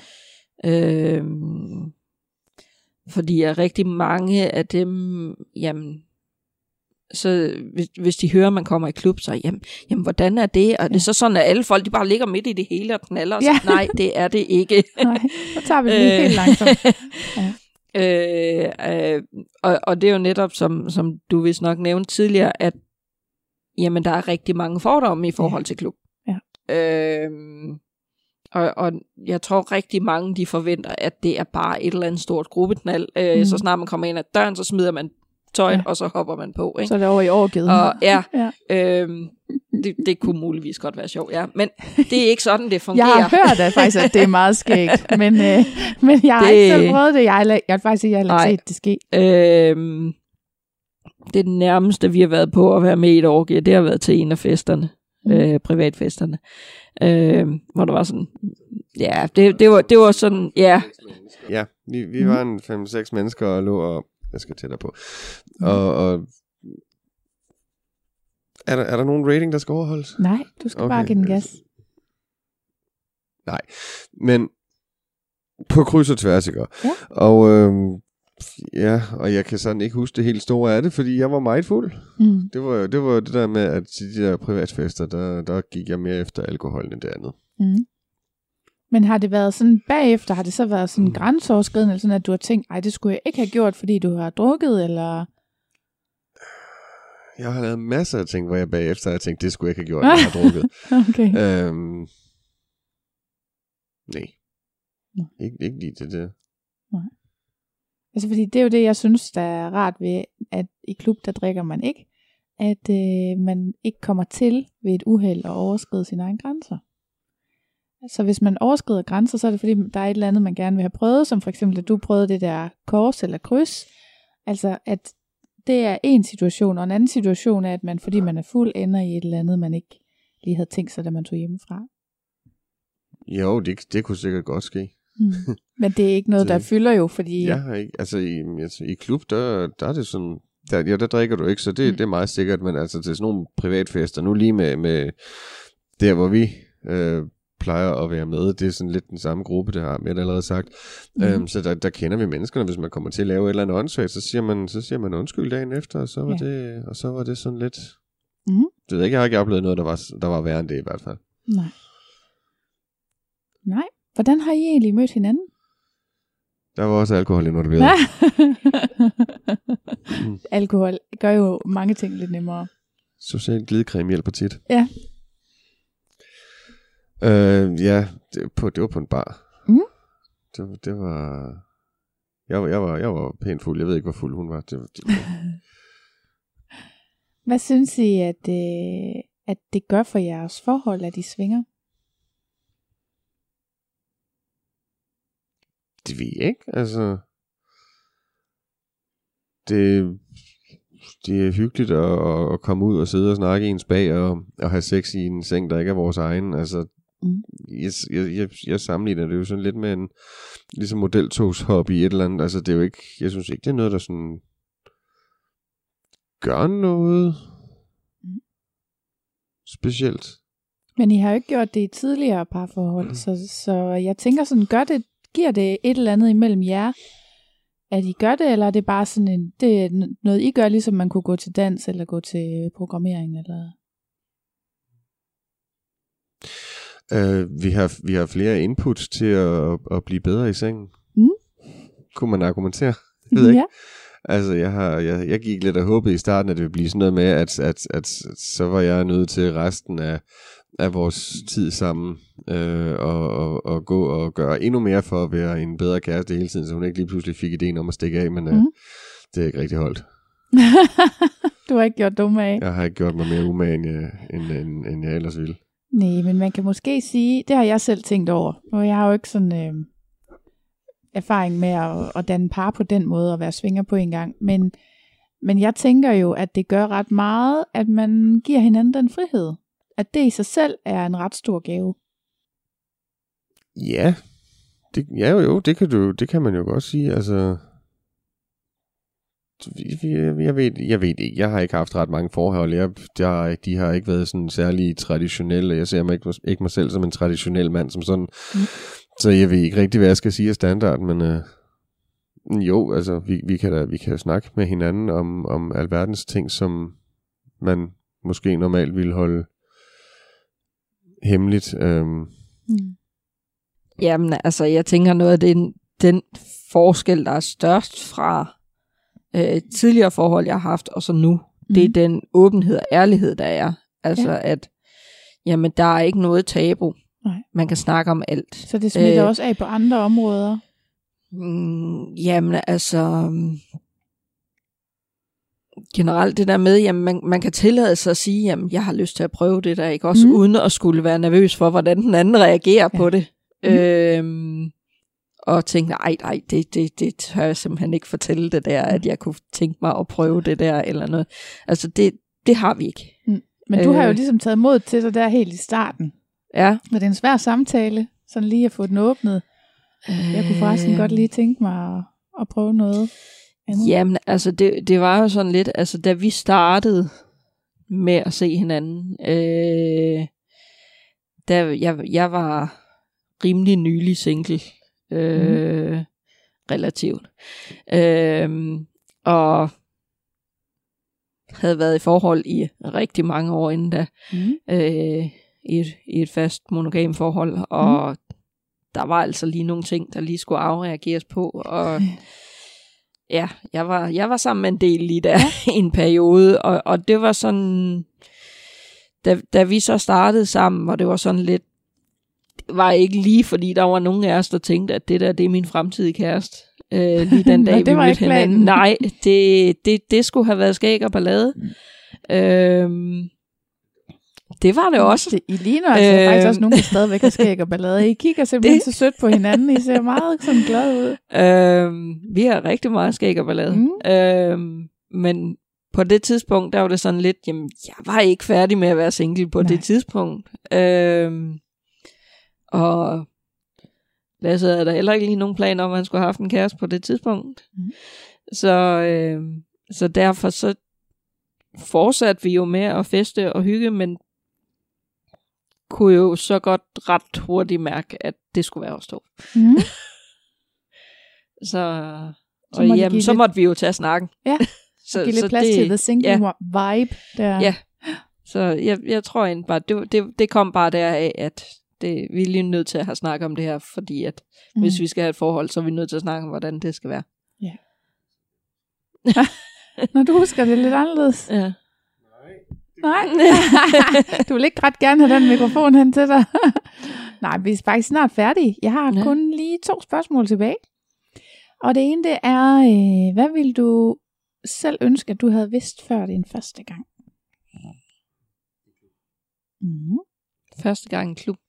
Fordi rigtig mange af dem, jamen, så hvis de hører, at man kommer i klub, så jamen hvordan er det? Og det er så sådan, at alle folk, de bare ligger midt i det hele og knaller, og så, nej, det er det ikke. Nej, så tager vi det lige helt langsomt. Ja. Og det er jo netop, som du vist nok nævnte tidligere, at jamen, der er rigtig mange fordomme i forhold til klub. Ja. Og jeg tror rigtig mange, de forventer, at det er bare et eller andet stort gruppeknald. Så snart man kommer ind ad døren, så smider man tøjet, og så hopper man på. Ikke? Så er det over i overgivet. Og det kunne muligvis godt være sjovt, ja. Men det er ikke sådan, det fungerer. Jeg har hørt at faktisk, at det er meget skægt. Men jeg har ikke selv prøvet det. Jeg vil faktisk sige, at jeg har set det ske. Det nærmeste, vi har været på at være med i et orgie, det har været til en af festerne. Privatfesterne. Hvor der var sådan, ja, det var sådan, ja. Ja, vi var en 5-6 mennesker og lå og, jeg skal tættere på. Og er der nogen rating, der skal overholdes? Nej, du skal bare give den gas. Nej, men på kryds og tværs, ikke? Ja. Og og jeg kan sådan ikke huske det helt store af det, fordi jeg var meget fuld. Det var det der med, at til de der privatfester, der gik jeg mere efter alkohol end det andet. Men har det været sådan bagefter, har det så været sådan grænseoverskridende, eller sådan, at du har tænkt, ej, det skulle jeg ikke have gjort, fordi du har drukket, eller? Jeg har lavet masser af ting, hvor jeg bagefter har tænkt, det skulle jeg ikke have gjort, når jeg har drukket. Okay. Nej. Ikke lige det der. Nej. Altså fordi det er jo det, jeg synes, der er rart ved, at i klub, der drikker man ikke, at man ikke kommer til ved et uheld at overskride sine egne grænser. Så hvis man overskrider grænser, så er det fordi, der er et eller andet, man gerne vil have prøvet, som for eksempel, at du prøvede det der kors eller kryds. Altså, at det er en situation, og en anden situation er, at man, fordi man er fuld, ender i et eller andet, man ikke lige havde tænkt sig, da man tog hjemmefra. Jo, det kunne sikkert godt ske. Men det er ikke noget, der fylder jo, fordi... Jeg har ikke, altså i klub, der er det sådan... Der drikker du ikke, så det er meget sikkert, men altså til sådan nogle privatfester, nu lige med der, hvor vi plejer at være med, det er sådan lidt den samme gruppe, det har Mette allerede sagt. Så der kender vi menneskerne, hvis man kommer til at lave et eller andet åndssvagt, så siger man undskyld dagen efter, og så var det sådan lidt... Det ved ikke, jeg har ikke oplevet noget, der var værre end det i hvert fald. Nej. Hvordan har I egentlig mødt hinanden? Der var også alkohol involveret. Alkohol gør jo mange ting lidt nemmere. Social glidecreme hjælper tit. Ja. Ja, det var på en bar. Det var... Jeg var pænt fuld. Jeg ved ikke, hvor fuld hun var. Hvad synes I, at det gør for jeres forhold, at I svinger? Det ved jeg ikke, altså... Det er hyggeligt at komme ud og sidde og snakke i ens bag og have sex i en seng, der ikke er vores egen. Altså, jeg sammenligner det jo sådan lidt med en ligesom modeltogshobby i et eller andet. Altså, det er jo ikke... Jeg synes ikke, det er noget, der sådan... gør noget specielt. Men I har jo ikke gjort det i tidligere parforhold, så jeg tænker sådan, giver det et eller andet imellem jer, at I gør det, eller er det bare sådan det er noget, I gør, ligesom man kunne gå til dans, eller gå til programmering, eller? Vi har flere inputs til at blive bedre i sengen. Kunne man argumentere? Jeg ved ikke. Altså, jeg gik lidt og håbede i starten, at det ville blive sådan noget med, at så var jeg nødt til resten af vores tid sammen og gå og gøre endnu mere for at være en bedre kæreste hele tiden, så hun ikke lige pludselig fik ideen om at stikke af, men det er ikke rigtig holdt. Du har ikke gjort dumme af. Jeg har ikke gjort mig mere umage, end jeg ellers ville. Nej, men man kan måske sige, det har jeg selv tænkt over, og jeg har jo ikke sådan erfaring med at danne par på den måde og være svinger på en gang, men jeg tænker jo, at det gør ret meget, at man giver hinanden den frihed. At det i sig selv er en ret stor gave. Ja, det kan man jo godt sige. Altså, jeg ved ikke. Jeg har ikke haft ret mange forhold. De har ikke været sådan særlig traditionelle. Jeg ser ikke mig selv som en traditionel mand som sådan. Så jeg ved ikke rigtig, hvad jeg skal sige af standard, men jo, altså vi kan snakke med hinanden om alverdens ting, som man måske normalt ville holde hemmeligt. Jamen, altså, jeg tænker noget af den forskel, der er størst fra tidligere forhold, jeg har haft, og så nu, det er den åbenhed og ærlighed, der er. Altså, at jamen, der er ikke noget tabu. Nej. Man kan snakke om alt. Så det smitter også af på andre områder? Jamen, altså... generelt det der med, jamen man kan tillade sig at sige, jamen jeg har lyst til at prøve det der, ikke også, uden at skulle være nervøs for, hvordan den anden reagerer på det. Og tænke, nej, det tør jeg simpelthen ikke fortælle det der, at jeg kunne tænke mig at prøve det der, eller noget. Altså det har vi ikke. Men du har jo ligesom taget mod til det der helt i starten. Ja. Men det er en svær samtale, sådan lige at få den åbnet. Jeg kunne forresten godt lige tænke mig at prøve noget. Jamen, altså det var jo sådan lidt, altså da vi startede med at se hinanden, jeg var rimelig nylig single, relativt, og havde været i forhold i rigtig mange år inden da, i et fast monogam forhold, og der var altså lige nogle ting, der lige skulle afreageres på, og ja, jeg var sammen med en del lige der i en periode, og det var sådan, da vi så startede sammen, hvor det var sådan lidt, det var ikke lige, fordi der var nogen af os, der tænkte, at det er min fremtidige kæreste, lige den dag, vi mødte hinanden. Nej, det skulle have været skæg og ballade. Det var det også. I ligner altså faktisk også nogen, der stadigvæk har skæg og ballade. I kigger simpelthen så sødt på hinanden. I ser meget sådan glade ud. Vi har rigtig meget skæg og ballade. Men på det tidspunkt, der var det sådan lidt, jamen, jeg var ikke færdig med at være single på det tidspunkt. Og Lasse havde der heller ikke lige nogen planer om, at han skulle have haft en kæreste på det tidspunkt. Så derfor så fortsatte vi jo med at feste og hygge, men kunne jo så godt ret hurtigt mærke, at det skulle være os to. Så måtte vi jo tage snakken. Ja, så give lidt plads til the single vibe. Der. Ja, så jeg tror egentlig bare, det kom bare deraf, at vi er lige nødt til at have snakket om det her, fordi at hvis vi skal have et forhold, så er vi nødt til at snakke om, hvordan det skal være. Ja. Når du husker det lidt anderledes. Ja. Nej. Du vil ikke ret gerne have den mikrofon hen til dig. Nej, vi er faktisk snart færdige. Jeg har kun lige 2 spørgsmål tilbage. Og det ene det er, hvad vil du selv ønske, at du havde vidst før din første gang? Første gang i klub.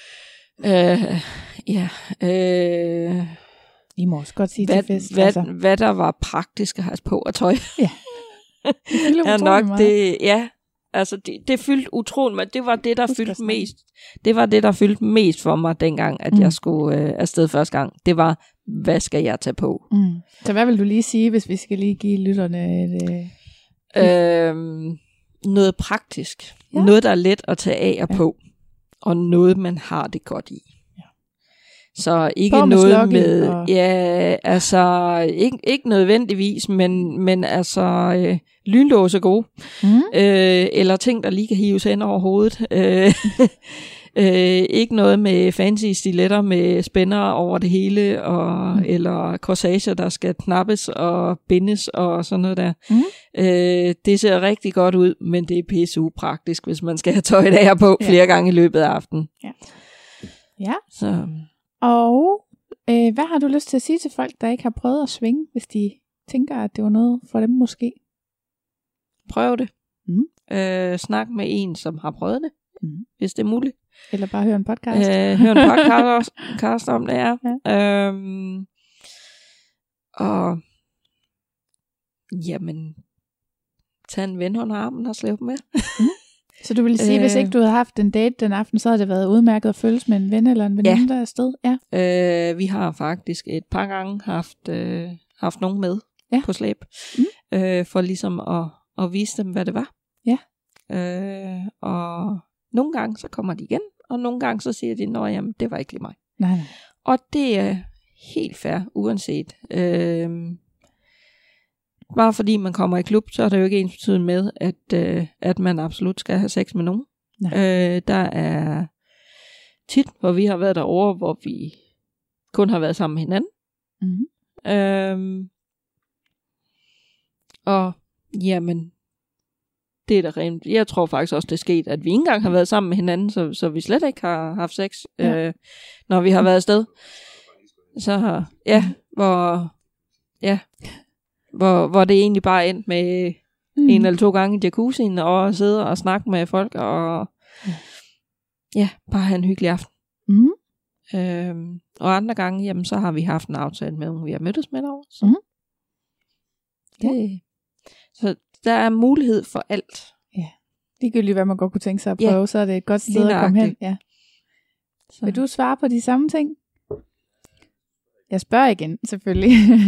I må også godt sige til fest. Hvad der var praktisk at have på og tøj. Ja. Det er nok meget. Det, ja. Altså det fyldte utroligt, men det var det, der fyldte mest. Det var det, der fyldte mest for mig dengang, at jeg skulle afsted første gang. Det var, hvad skal jeg tage på? Så hvad vil du lige sige, hvis vi skal lige give lytterne noget praktisk. Ja. Noget, der er let at tage af og på. Og noget, man har det godt i. Ja. Så ikke noget med... Ja, altså... Ikke nødvendigvis, men altså... lynlås er gode. Eller ting, der lige kan hives hen over hovedet. Ikke noget med fancy stiletter med spænder over det hele, eller corsager, der skal knappes og bindes og sådan noget der. Det ser rigtig godt ud, men det er pisse upraktisk, hvis man skal have tøjet af på flere gange i løbet af aftenen. Ja. Så. Og hvad har du lyst til at sige til folk, der ikke har prøvet at svinge, hvis de tænker, at det var noget for dem måske? Prøv det. Snak med en, som har prøvet det, hvis det er muligt. Eller bare høre en podcast. Hør en podcast om det, ja. Og jamen, tag en ven under armen og slæb med. Så du vil sige, hvis ikke du havde haft en date den aften, så havde det været udmærket at følges med en ven eller en veninde, der er afsted? Ja. Vi har faktisk et par gange haft nogen med på slæb, for ligesom at vise dem, hvad det var. Ja. Og nogle gange så kommer de igen, og nogle gange så siger de, nå jamen, det var ikke lige mig. Nej. Og det er helt fair, uanset. Bare fordi man kommer i klub, så er det jo ikke ensbetydende med, at man absolut skal have sex med nogen. Der er tit, hvor vi har været derovre, hvor vi kun har været sammen med hinanden. Og jamen, det er da rent. Jeg tror faktisk også, det er sket, at vi ikke engang har været sammen med hinanden, så vi slet ikke har haft sex, når vi har været afsted. Så hvor det egentlig bare endte med en eller 2 gange i jacuzzien, og sidde og snakke med folk, og bare have en hyggelig aften. Og andre gange, jamen, så har vi haft en aftale med nogen, vi har mødtes med derovre. Så der er mulighed for alt. Ja, ligegyldigt hvad man godt kunne tænke sig at prøve, så er det et godt sted at komme hen. Ja. Vil du svare på de samme ting? Jeg spørger igen, selvfølgelig.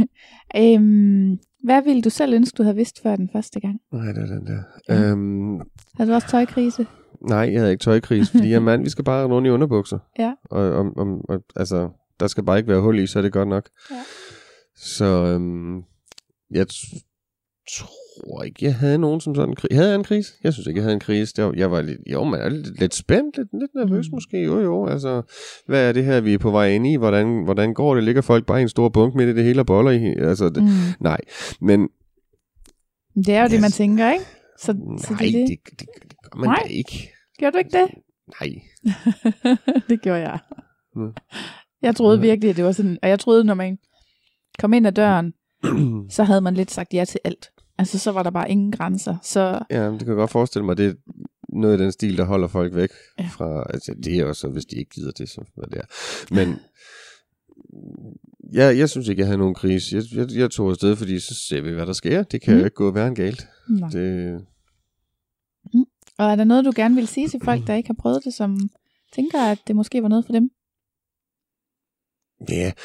Hvad ville du selv ønske, du havde vidst før den første gang? Nej, det er den der. Havde du også tøjkrise? Nej, jeg havde ikke tøjkrise, fordi jeg mand, vi skal bare rundt i underbukser. Ja. Og altså, der skal bare ikke være hul i, så er det godt nok. Ja. Så tror ikke, jeg havde nogen som sådan en krise. Havde jeg en krise? Jeg synes ikke, jeg havde en krise. Jeg var lidt, man er lidt spændt, lidt nervøs måske. Jo, altså, hvad er det her, vi er på vej ind i? Hvordan går det? Ligger folk bare i en stor bunk midt i det hele og boller i? Altså, nej. Men det er jo det, man tænker, ikke? Nej, det gør man da ikke. Gjorde du ikke det? Nej. Det gjorde jeg. Jeg troede virkelig, at det var sådan, og jeg troede, når man kom ind ad døren, så havde man lidt sagt ja til alt. Altså, så var der bare ingen grænser. Så ja, det kan jeg godt forestille mig. Det er noget i den stil, der holder folk væk fra, altså det er også, hvis de ikke gider det, så hvad det er. Men jeg synes ikke, jeg havde nogen krise. Jeg tog afsted, fordi så ser vi, hvad der sker. Det kan jo ikke gå værre end galt. Det... Og er der noget, du gerne vil sige til folk, der ikke har prøvet det, som tænker, at det måske var noget for dem? Ja,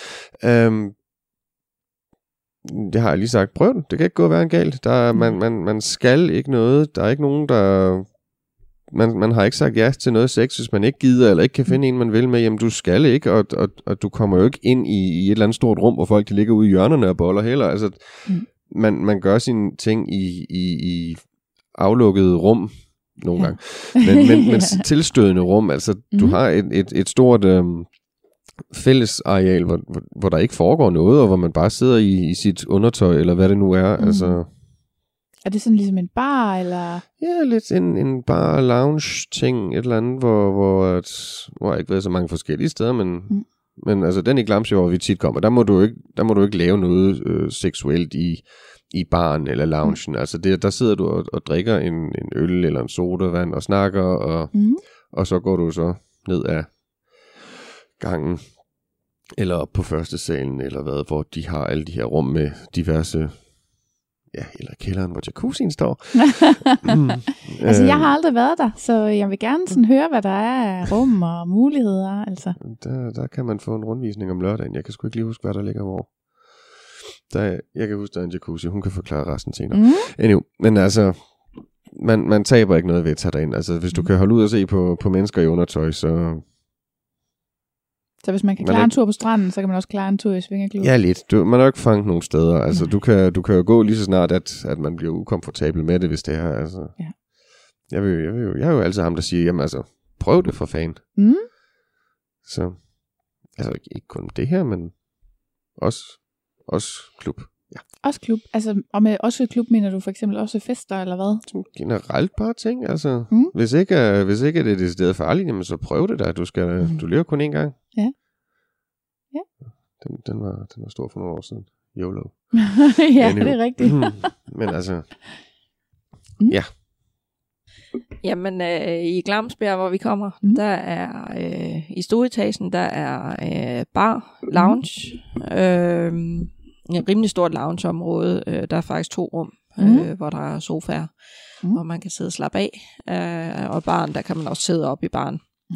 det har jeg lige sagt. Prøv det. Det kan ikke gå værre end galt. Man skal ikke noget. Der er ikke nogen, der... Man har ikke sagt ja til noget sex, hvis man ikke gider, eller ikke kan finde en, man vil med. Jamen, du skal ikke, og du kommer jo ikke ind i et eller andet stort rum, hvor folk de ligger ude i hjørnerne og boller heller. Altså, man gør sine ting i aflukkede rum nogle gange. Men tilstødende rum, altså, du har et stort fælles areal, hvor der ikke foregår noget, og hvor man bare sidder i sit undertøj, eller hvad det nu er. Altså... Er det sådan ligesom en bar, eller? Ja, lidt en bar, lounge ting, et eller andet, hvor jeg ikke ved så mange forskellige steder, men altså den i Glamsø, hvor vi tit kommer, der må du ikke lave noget seksuelt i baren eller loungen. Altså der sidder du og drikker en øl eller en sodavand og snakker, og så går du så ned af gangen, eller op på første salen, eller hvad, hvor de har alle de her rum med diverse... Ja, eller kælderen, hvor jacuzzien står. Altså, jeg har aldrig været der, så jeg vil gerne sådan høre, hvad der er af rum og muligheder. Altså. Der kan man få en rundvisning om lørdagen. Jeg kan sgu ikke lige huske, hvad der ligger hvor. Jeg kan huske, der er en jacuzzi. Hun kan forklare resten senere. Anyway, men altså, man taber ikke noget ved at tage derind. Altså, hvis du kan holde ud og se på mennesker i undertøj, så... Så hvis man kan klare en tur på stranden, så kan man også klare en tur i svingerklub. Ja, lidt. Man har jo ikke fanget nogen steder. Altså, du kan jo gå lige så snart, at man bliver ukomfortabel med det, hvis det er. Altså. Ja. Jeg er jo altid ham, der siger, jamen altså, prøv det for fan. Så, altså ikke kun det her, men også klub. Ja. Også klub. Altså, og med også klub mener du for eksempel også fester, eller hvad? Som generelt bare ting, altså. Hvis ikke det er decideret farligt, jamen så prøv det der. Du lever kun én gang. Ja. Den var stor for nogle år siden. YOLO. Ja, det er rigtigt. Men altså, ja. Jamen, i Glamsbjerg, hvor vi kommer, der er i stueetagen, der er bar, lounge, et rimelig stort loungeområde. Der er faktisk 2 rum, hvor der er sofaer, hvor man kan sidde og slappe af. Og baren, der kan man også sidde op i baren.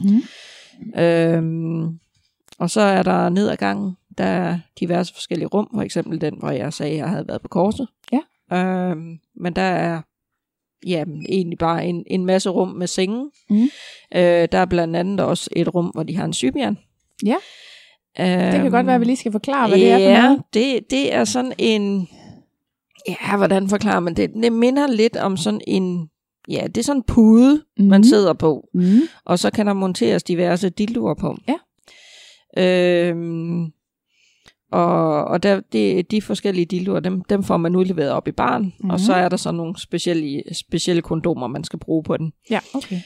Og så er der ned ad gangen, der er diverse forskellige rum, for eksempel den, hvor jeg sagde, at jeg havde været på korset. Ja. Men der er egentlig bare en masse rum med senge. Der er blandt andet også et rum, hvor de har en sybian. Ja. Det kan godt være, at vi lige skal forklare, hvad det er for noget. Det er sådan en... Ja, hvordan forklarer man det? Det minder lidt om sådan en... Ja, det er sådan en pude, man sidder på. Og så kan der monteres diverse dildoer på. Ja. Og de forskellige dildoer, dem får man udleveret op i baren, og så er der så nogle specielle kondomer, man skal bruge på den. Ja, okay.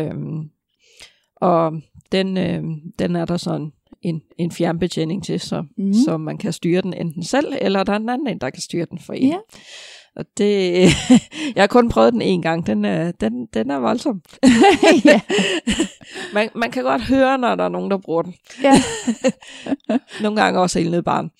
Og den er der sådan en fjernbetjening til, så man kan styre den enten selv, eller der er en anden, der kan styre den for en. Ja. Og det, jeg har kun prøvet den en gang. Den er voldsom. man kan godt høre, når der er nogen, der bruger den. Ja. Nogle gange også helt ned i baren.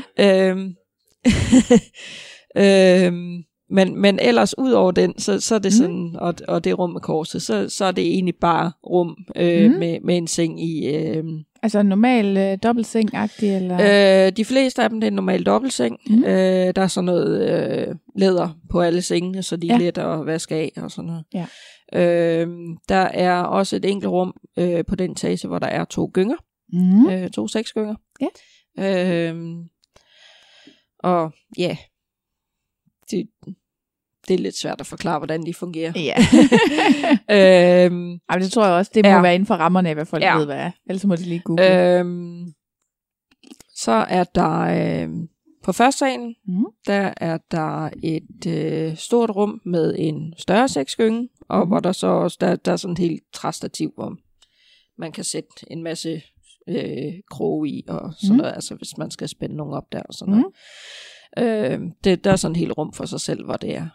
Ja. Men ellers ud over den, så er det sådan, og det rum med korset, så er det egentlig bare rum med en seng i. Altså en normal dobbeltseng-agtig? Eller? De fleste af dem, det er en normal dobbeltseng. Der er sådan noget læder på alle sengene, så de er let at vaske af og sådan noget. Ja. Der er også et enkelt rum på den etage, hvor der er 2 gynger. 2 sexgynger. Ja. Og ja, det er lidt svært at forklare, hvordan de fungerer. Ja. Jamen, det tror jeg også, det må være inden for rammerne af, hvad folk ved, hvad er. Ellers må de lige google. Så er der på første salen, der er der et stort rum med en større sexgynge, og hvor der så også, der er sådan et helt træstativ, hvor man kan sætte en masse kroge i, og sådan noget, altså hvis man skal spænde nogen op der, og sådan noget. Der er sådan et helt rum for sig selv, hvor det er.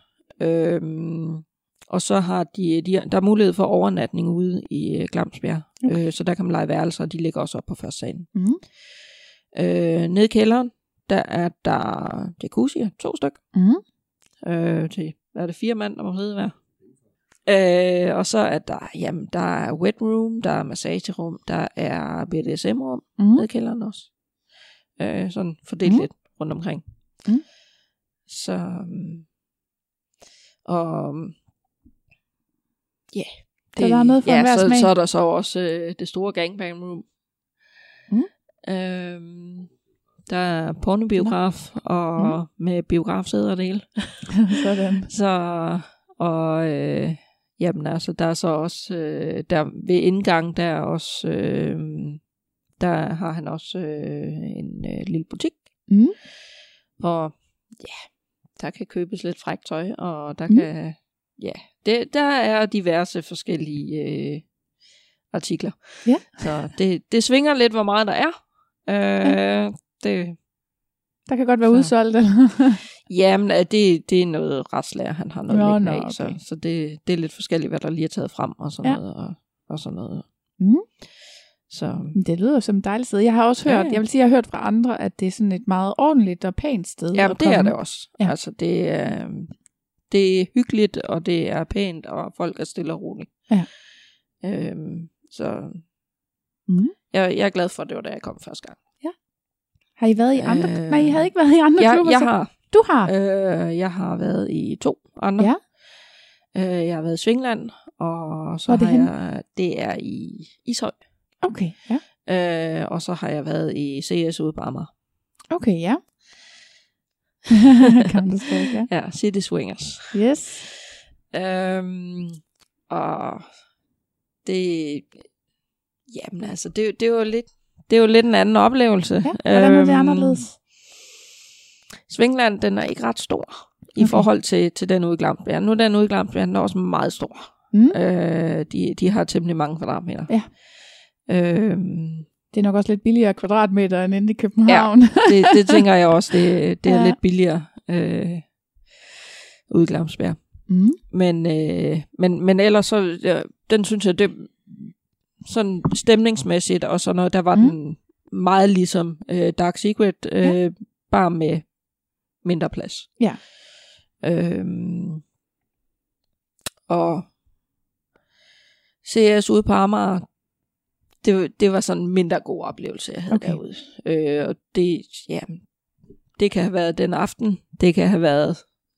Og så har der er mulighed for overnatning ude i Glamsbjerg, så der kan man lege værelser, og de ligger også op på første salen. Nede i kælderen, der er der jacuzzi, 2 stykker. Til, hvad er det, 4 mand, der må hedde hver. Og så er der er wet room, der er massagerum, der er BDSM-rum nede i kælderen også. Sådan fordelt lidt rundt omkring. Så og ja, der er noget for hver smag. Så er der så også det store gangbang room. Der er pornobiograf og med biografsæder og det hele. Sådan. Så og jamen altså der er så også der ved indgang der er også der har han også en lille butik. Og der kan købes lidt frækt tøj, og der kan der er diverse forskellige artikler. Ja. Så det svinger lidt, hvor meget der er. Der kan godt være udsolgt, eller? Jamen, det er noget retslærer, han har noget liggende af, okay. så det er lidt forskelligt, hvad der lige er taget frem, og sådan noget, og sådan noget. Så. Det lyder som et dejligt sted. Jeg har også hørt, jeg vil sige, jeg har hørt fra andre, at det er sådan et meget ordentligt og pænt sted. Ja, det er det også. Ja. Altså, det er hyggeligt, og det er pænt, og folk er stille og roligt. Ja. Så jeg er glad for, at det var da jeg kom første gang. Ja. Har I været i andre? Nej, I havde ikke været i andre klubber? Jeg har. Du har? Jeg har været i 2 andre. Ja. Jeg har været i Svingland, og så det er i Ishøj. Okay, ja. Og så har jeg været i CS ude på Amager. Okay, ja. Counter-Strike, ja. Ja, City Swingers. Yes. Og det, jamen altså, det er jo lidt en anden oplevelse. Ja, hvordan er det anderledes? Svingland, den er ikke ret stor i forhold til den ude i Glamsbjerg. Nu er den ude i Glamsbjerg, den er også meget stor. De har temmelig mange kvadratmeter. Ja. Det er nok også lidt billigere kvadratmeter end inde i København. Ja, det tænker jeg også. Det er lidt billigere ude i Glamsbjerg. Men ellers så, den synes jeg, det sådan stemningsmæssigt og sådan noget, der var den meget ligesom Dark Secret, bare med mindre plads. Ja. Og CS ude på Amager, det var sådan en mindre god oplevelse, jeg havde derude. Og det kan have været den aften, det kan have været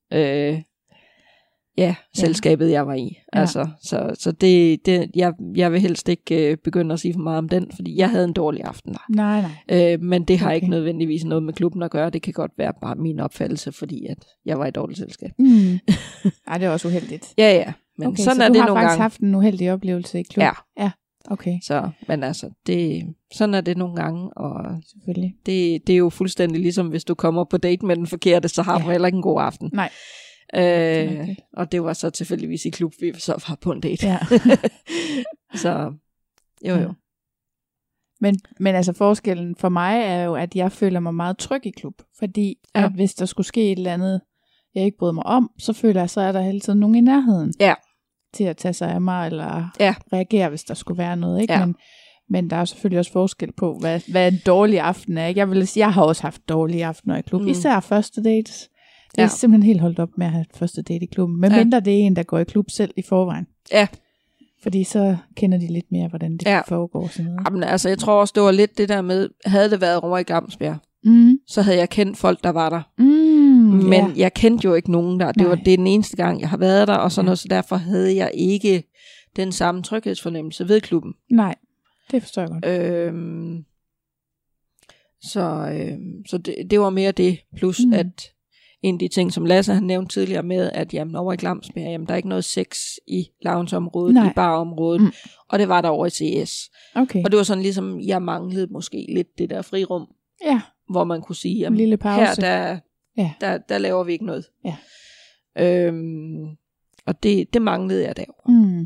selskabet, jeg var i. Ja. Altså, så jeg vil helst ikke begynde at sige for meget om den, fordi jeg havde en dårlig aften der. Nej. Men det har ikke nødvendigvis noget med klubben at gøre. Det kan godt være bare min opfattelse, fordi at jeg var i dårligt selskab. Ej, det er også uheldigt. Ja. Men sådan er det nogle gange. Så du har faktisk haft en uheldig oplevelse i klub? Ja. Okay. Så, men altså, sådan er det nogle gange, og selvfølgelig. Det er jo fuldstændig ligesom, hvis du kommer på date med den forkerte, så har du heller ikke en god aften. Nej. Og det var så tilfældigvis i klub, vi så var på en date. Ja. Så, jo. Ja. Men altså forskellen for mig er jo, at jeg føler mig meget tryg i klub, fordi at hvis der skulle ske et eller andet, jeg ikke bryder mig om, så føler jeg, så er der hele tiden nogen i nærheden. Ja. Til at tage sig af mig, eller reagere, hvis der skulle være noget, ikke? Ja. Men der er selvfølgelig også forskel på, hvad en dårlig aften er, ikke? Jeg har også haft dårlige aftener i klub, især første dates. Det er simpelthen helt holdt op med at have første date i klubben, medmindre det er en, der går i klub selv i forvejen. Ja. Fordi så kender de lidt mere, hvordan det foregår. Sådan noget. Jamen, altså, jeg tror også, det var lidt det der med, havde det været over i Glamsbjerg, så havde jeg kendt folk, der var der. Men jeg kendte jo ikke nogen der. Det er den eneste gang, jeg har været der, og sådan noget, så derfor havde jeg ikke den samme tryghedsfornemmelse ved klubben. Nej, det forstår jeg godt. Så det var mere det, plus at en af de ting, som Lasse han nævnte tidligere med, at jamen, over i Glamsbjerg, jamen, der er ikke noget sex i loungeområdet, i barområdet, og det var der over i CS. Okay. Og det var sådan ligesom, jeg manglede måske lidt det der frirum, hvor man kunne sige, jamen, lille pause. Her der laver vi ikke noget. Ja. Og det manglede jeg derovre.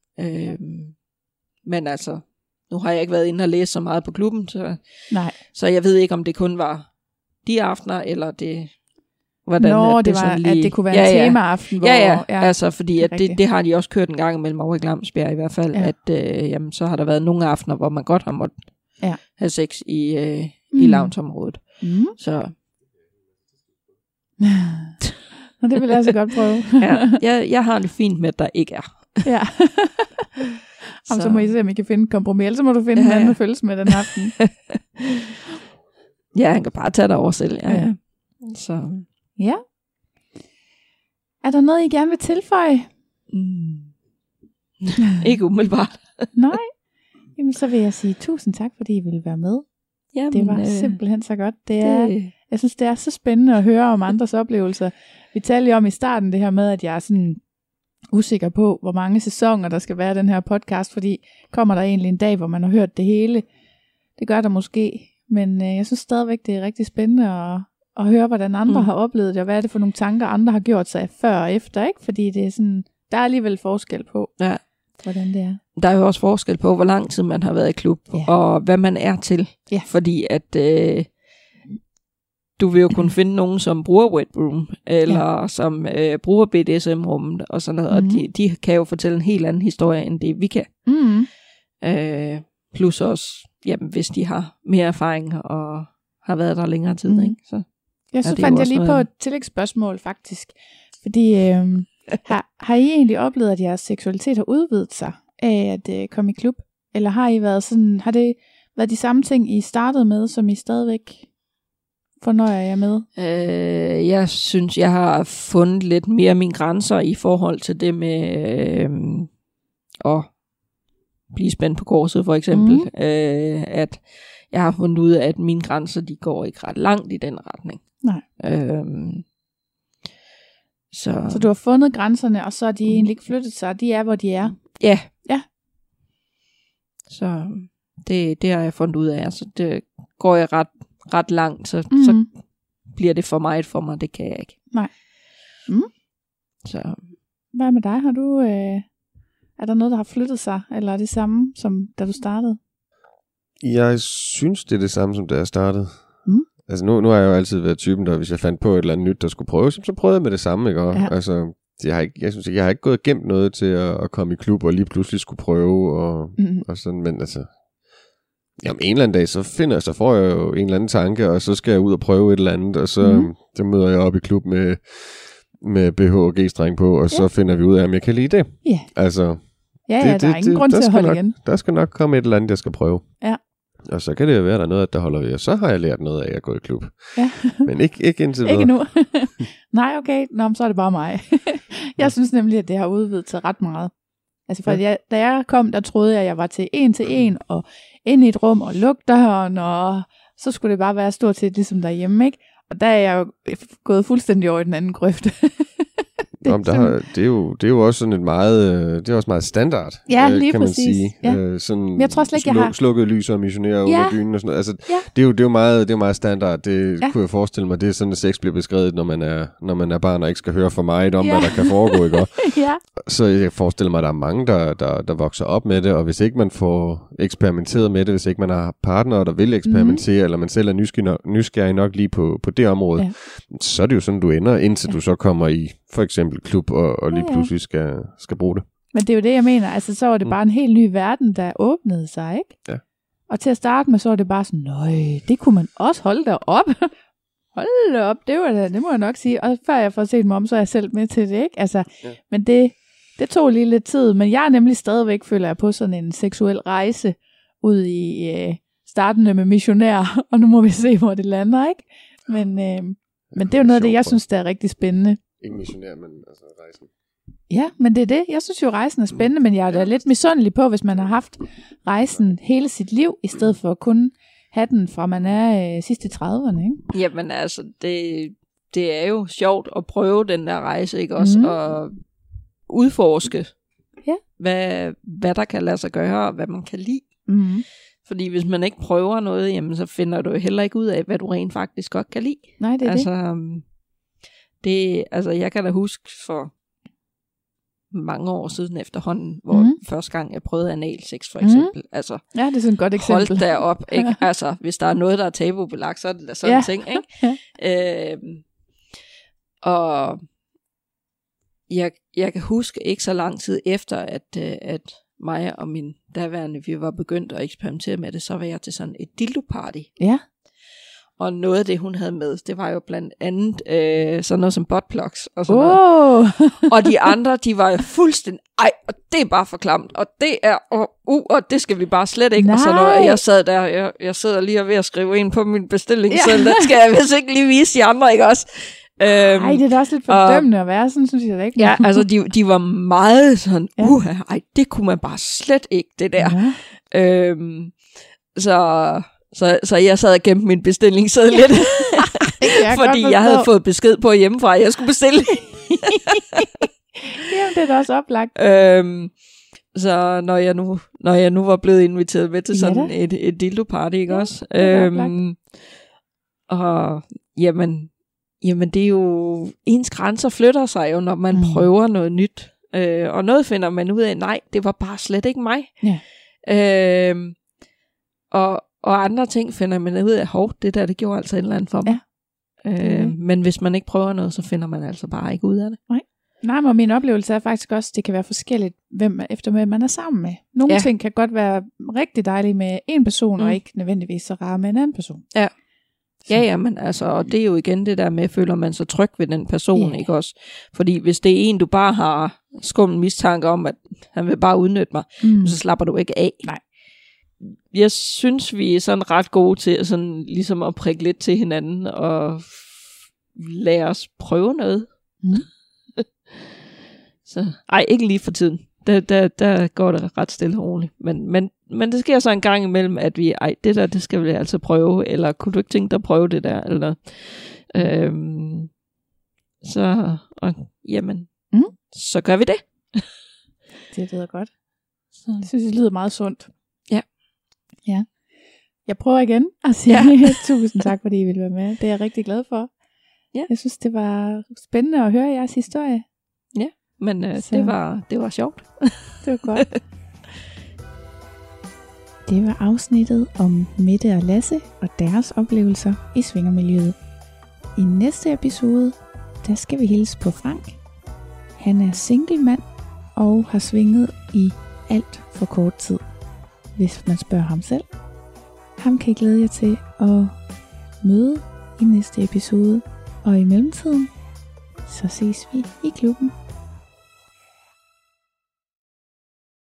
Men altså, nu har jeg ikke været inde og læse så meget på klubben, så jeg ved ikke, om det kun var de aftener, eller det... Hvordan det var, lige... at det kunne være en temaaften. Hvor, altså fordi at det har de også kørt en gang imellem over i Glamsbjerg i hvert fald, at jamen, så har der været nogle aftener, hvor man godt har måttet have sex i loungeområdet. Så... Og det vil jeg altså godt prøve. Jeg har det fint med, at der ikke er. Ja. Så må I se, om I kan finde et kompromis, ellers må du finde en anden at følges med den aften. Ja, han kan bare tage det over selv. Ja. Så. Ja. Er der noget, I gerne vil tilføje? Ikke umiddelbart. Nej. Jamen, så vil jeg sige tusind tak, fordi I ville være med. Jamen, det var simpelthen så godt. Jeg synes, det er så spændende at høre om andres oplevelser. Vi talte om i starten det her med, at jeg er sådan usikker på, hvor mange sæsoner der skal være den her podcast, fordi kommer der egentlig en dag, hvor man har hørt det hele? Det gør der måske, men jeg synes stadigvæk, det er rigtig spændende at høre, hvordan andre har oplevet det, og hvad er det for nogle tanker, andre har gjort sig før og efter, ikke? Fordi det er sådan, der er alligevel forskel på, hvordan det er. Der er jo også forskel på, hvor lang tid man har været i klub, og hvad man er til. Ja. Fordi at du vil jo kun finde nogen, som bruger wet room, eller som bruger BDSM-rummet, og sådan noget, og de kan jo fortælle en helt anden historie, end det vi kan. Plus også, jamen, hvis de har mere erfaring, og har været der længere tid, ikke? Så fandt jeg lige på et tillægsspørgsmål, faktisk. Fordi har I egentlig oplevet, at jeres seksualitet har udvidet sig af at komme i klub? Eller har I været sådan, har det været de samme ting, I startede med, som I stadigvæk fornøjer jer med? Jeg synes, jeg har fundet lidt mere mine grænser i forhold til det med at blive spændt på korset, for eksempel. At jeg har fundet ud af, at mine grænser, de går ikke ret langt i den retning. Nej. Så du har fundet grænserne, og så er de egentlig ikke flyttet sig. De er, hvor de er. Ja. Så det har jeg fundet ud af. Så det går jeg ret langt, så bliver det for meget for mig. Det kan jeg ikke. Nej. Så. Hvad med dig? Har du, er der noget, der har flyttet sig? Eller er det samme, som da du startede? Jeg synes, det er det samme, som da jeg startede. Altså nu har jeg jo altid været typen, der hvis jeg fandt på et eller andet nyt, der skulle prøves, så prøvede jeg med det samme, ikke? Altså, jeg synes ikke, jeg har ikke gået gemt noget til at komme i klub, og lige pludselig skulle prøve, og sådan, men altså, jamen en eller anden dag, så får jeg jo en eller anden tanke, og så skal jeg ud og prøve et eller andet, og så møder jeg op i klub med BH og G-streng på, og så finder vi ud af, om jeg kan lide det. Ja. Altså, der er ingen grund til at holde igen. Der skal nok komme et eller andet, jeg skal prøve. Ja. Og så kan det jo være, at der er noget, der holder ved, og så har jeg lært noget af at gå i klub. Ja. Men ikke indtil videre. Ikke nu. Nej, okay. Nå, så er det bare mig. Jeg synes nemlig, at det har udvidet sig ret meget. Altså, for da jeg kom, der troede jeg, at jeg var til en, og ind i et rum, og lukke døren, og så skulle det bare være stort set ligesom derhjemme, ikke? Og der er jeg jo gået fuldstændig over i den anden grøfte. Det er jo også sådan et meget, det er også meget standard, lige kan præcis. Man sige. Ja. Sådan jeg tror slet ikke, jeg har slukket lys og missionærer under dynen og sådan noget. Altså, det er jo meget standard. Det kunne jeg forestille mig, det er sådan, at sex bliver beskrevet, når man er barn og ikke skal høre for meget om, hvad der kan foregå, ikke? Så jeg forestiller mig, at der er mange, der vokser op med det, og hvis ikke man får eksperimenteret med det, hvis ikke man har partnere, der vil eksperimentere, eller man selv er nysgerrig nok lige på det område, så er det jo sådan, du ender, indtil du så kommer i for eksempel klub, og lige pludselig skal bruge det. Men det er jo det, jeg mener. Altså, så var det bare en helt ny verden, der åbnede sig, ikke? Ja. Og til at starte med, så var det bare sådan, nøj, det kunne man også holde der op. Hold da op, det må jeg nok sige. Og før jeg får set mig om, så er jeg selv med til det, ikke? Altså, men det tog lige lidt tid. Men jeg er nemlig stadigvæk, føler jeg, på sådan en seksuel rejse ud i startende med missionær, og nu må vi se, hvor det lander, ikke? Men det er jo noget af det, jeg synes, der er rigtig spændende. Ikke missionær, men altså rejsen. Ja, men det er det. Jeg synes jo, rejsen er spændende, men jeg er da lidt misundelig på, hvis man har haft rejsen hele sit liv, i stedet for at kun have den fra man er sidst i 30'erne, ikke? Jamen altså, det er jo sjovt at prøve den der rejse, ikke også? Og udforske, hvad der kan lade sig gøre, og hvad man kan lide. Fordi hvis man ikke prøver noget, jamen, så finder du heller ikke ud af, hvad du rent faktisk godt kan lide. Nej, det er altså, jeg kan da huske for mange år siden efterhånden, hvor første gang jeg prøvede analsex for eksempel. Altså, ja, det er sådan et godt eksempel. Hold derop, ikke? Altså, hvis der er noget, der er tabubelagt, så er det da sådan en ting, ikke? Og jeg kan huske ikke så lang tid efter, at mig og min daværende, vi var begyndt at eksperimentere med det, så var jeg til sådan et dildo-party. Ja. Og noget af det, hun havde med, det var jo blandt andet sådan noget som buttplugs og sådan noget. Og de andre, de var jo fuldstændig, og det er bare for klamt, og det er, og det skal vi bare slet ikke. Og så når jeg sad der, jeg sidder lige og ved at skrive ind på min bestilling, så den skal jeg vist ikke lige vise de andre, ikke også? Ej, det er da også lidt fordømmende at være sådan, synes jeg da ikke. Ja, altså de var meget sådan, det kunne man bare slet ikke, det der. Så jeg sad og gemte min bestilling så lidt, fordi jeg havde fået besked på hjemmefra, at jeg skulle bestille. Jamen, det er da også oplagt. Så når jeg nu var blevet inviteret med til sådan et dildo-party, ikke også? Og jamen, det er jo, ens grænser flytter sig jo, når man prøver noget nyt. Og noget finder man ud af, nej, det var bare slet ikke mig. Ja. Og andre ting finder man ud af, det gjorde altså et eller andet for mig. Ja. Men hvis man ikke prøver noget, så finder man altså bare ikke ud af det. Nej, men min oplevelse er faktisk også, det kan være forskelligt, hvem man er sammen med. Nogle ting kan godt være rigtig dejlige med en person, og ikke nødvendigvis så rare med en anden person. Ja. Ja, men altså, og det er jo igen det der med, føler man sig tryg ved den person, ikke også? Fordi hvis det er en, du bare har skummel mistanke om, at han vil bare udnytte mig, så slapper du ikke af. Nej. Jeg synes, vi er sådan ret gode til sådan, ligesom at prikke lidt til hinanden, og lade os prøve noget. Så, ikke lige for tiden. Der går det ret stille og roligt. Men det sker så en gang imellem, at vi, det skal vi altså prøve, eller kunne du ikke tænke dig at prøve det der, eller så gør vi det. Det lyder godt. Jeg synes, det lyder meget sundt. Ja. Jeg prøver igen at sige tusind tak, fordi I ville være med. Det er jeg rigtig glad for. Ja. Jeg synes, det var spændende at høre jeres historie. Ja, men det var sjovt. Det var godt. Det var afsnittet om Mette og Lasse og deres oplevelser i svingermiljøet. I næste episode, der skal vi hilse på Frank. Han er single mand og har svinget i alt for kort tid, hvis man spørger ham selv. Ham kan I glæde jer til at møde i næste episode. Og i mellemtiden, så ses vi i klubben.